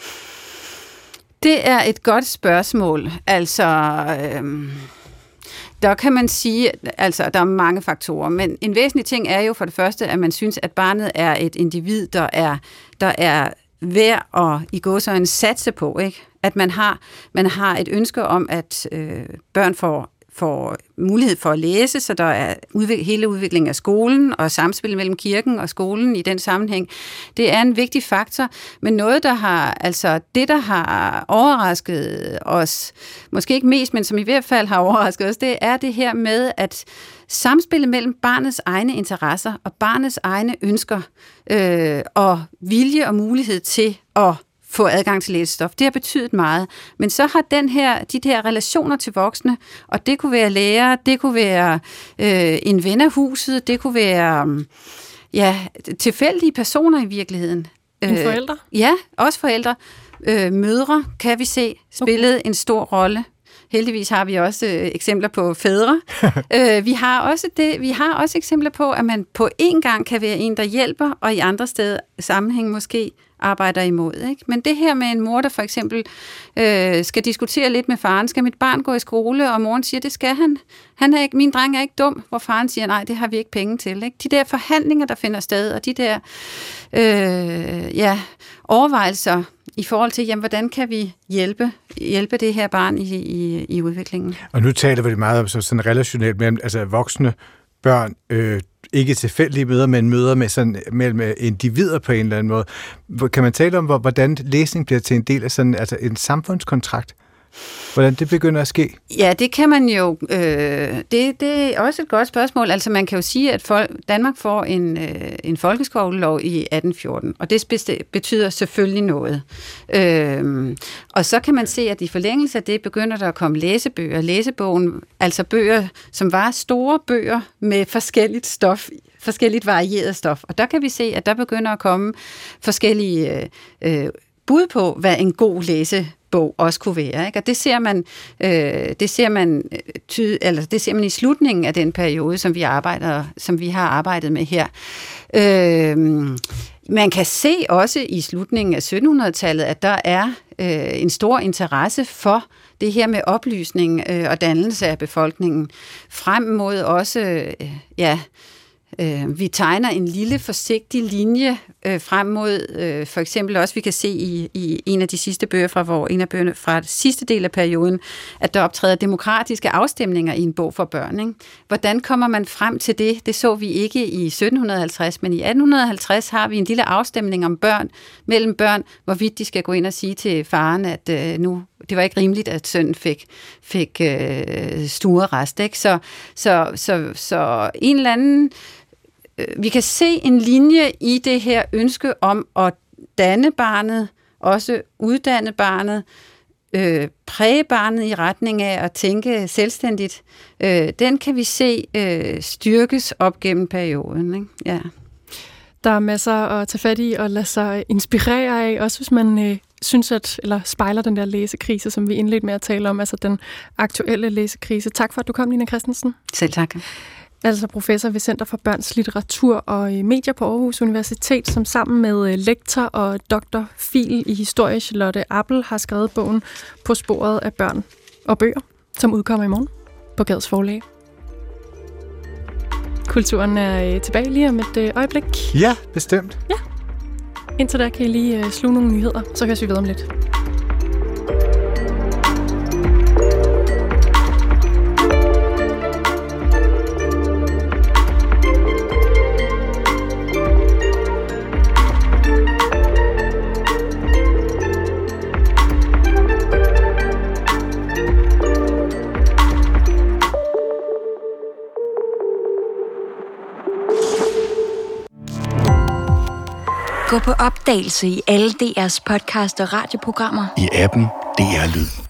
Det er et godt spørgsmål. Altså... Øh... Der kan man sige, altså der er mange faktorer, men en væsentlig ting er jo for det første, at man synes, at barnet er et individ, der er, der er værd at i gåseøjne satse på, ikke? At man har, man har et ønske om, at øh, børn får, får mulighed for at læse, så der er udvik- hele udviklingen af skolen og samspil mellem kirken og skolen i den sammenhæng. Det er en vigtig faktor, men noget, der har, altså det, der har overrasket os, måske ikke mest, men som i hvert fald har overrasket os, det er det her med, at samspillet mellem barnets egne interesser og barnets egne ønsker øh, og vilje og mulighed til at få adgang til læsestof. Det har betydet meget. Men så har den her, de der relationer til voksne, og det kunne være lærer, det kunne være øh, en ven af huset, det kunne være ja, tilfældige personer i virkeligheden. En forældre? Øh, ja, også forældre. Øh, mødre, kan vi se, spillede okay. en stor rolle. Heldigvis har vi også øh, eksempler på fædre. øh, vi har også det, vi har også eksempler på, at man på en gang kan være en, der hjælper, og i andre steder sammenhæng måske arbejder imod. Ikke? Men det her med en mor, der for eksempel øh, skal diskutere lidt med faren, skal mit barn gå i skole, og moren siger, det skal han. han er ikke, min dreng er ikke dum, hvor faren siger, nej, det har vi ikke penge til. Ikke? De der forhandlinger, der finder sted, og de der øh, ja, overvejelser i forhold til, jamen, hvordan kan vi hjælpe, hjælpe det her barn i, i, i udviklingen. Og nu taler vi meget om sådan relationelt mellem altså voksne, børn, øh, ikke tilfældige møder, men møder med sådan, mellem individer på en eller anden måde. Kan man tale om, hvordan læsning bliver til en del af sådan, altså en samfundskontrakt? Hvordan det begynder at ske? Ja, det kan man jo. Øh, det, det er også et godt spørgsmål. Altså man kan jo sige, at folk, Danmark får en, øh, en folkeskolelov i atten fjorten, og det betyder selvfølgelig noget. Øh, og så kan man se, at i forlængelse af det begynder der at komme læsebøger. Læsebogen, altså bøger, som var store bøger med forskelligt stof, forskelligt varieret stof. Og der kan vi se, at der begynder at komme forskellige øh, bud på, hvad en god læse bog også kunne være, ikke? Og det ser man, øh, det ser man ty, eller det ser man i slutningen af den periode, som vi arbejder, som vi har arbejdet med her. Øh, man kan se også i slutningen af syttenhundredetallet, at der er øh, en stor interesse for det her med oplysning øh, og dannelse af befolkningen, frem mod også, øh, ja, Øh, vi tegner en lille forsigtig linje øh, frem mod, øh, for eksempel også, vi kan se i, i en af de sidste bøger fra, hvor en af bøgerne fra den sidste del af perioden, at der optræder demokratiske afstemninger i en bog for børn. Ikke? Hvordan kommer man frem til det? Det så vi ikke i sytten halvtreds, men i atten halvtreds har vi en lille afstemning om børn, mellem børn, hvorvidt de skal gå ind og sige til faren, at øh, nu det var ikke rimeligt, at sønnen fik, fik øh, stuerrest. Ikke? Så, så, så, så en eller anden vi kan se en linje i det her ønske om at danne barnet, også uddanne barnet, øh, præge barnet i retning af at tænke selvstændigt. Øh, den kan vi se øh, styrkes op gennem perioden. Ikke? Ja. Der er masser at tage fat i og lade sig inspirere af, også hvis man øh, synes, at, eller spejler den der læsekrise, som vi indledte med at tale om, altså den aktuelle læsekrise. Tak for, at du kom, Nina Christensen. Selv tak. Altså professor ved Center for Børns Litteratur og Medier på Aarhus Universitet, som sammen med lektor og doktor Fil i historie Charlotte Appel har skrevet bogen På sporet af børn og bøger, som udkommer i morgen på Gads Forlag. Kulturen er tilbage lige om et øjeblik. Ja, bestemt. Ja. Indtil da kan I lige sluge nogle nyheder, så høres vi videre om lidt. Gå på opdagelse i alle D R's podcast og radioprogrammer. I appen D R Lyd.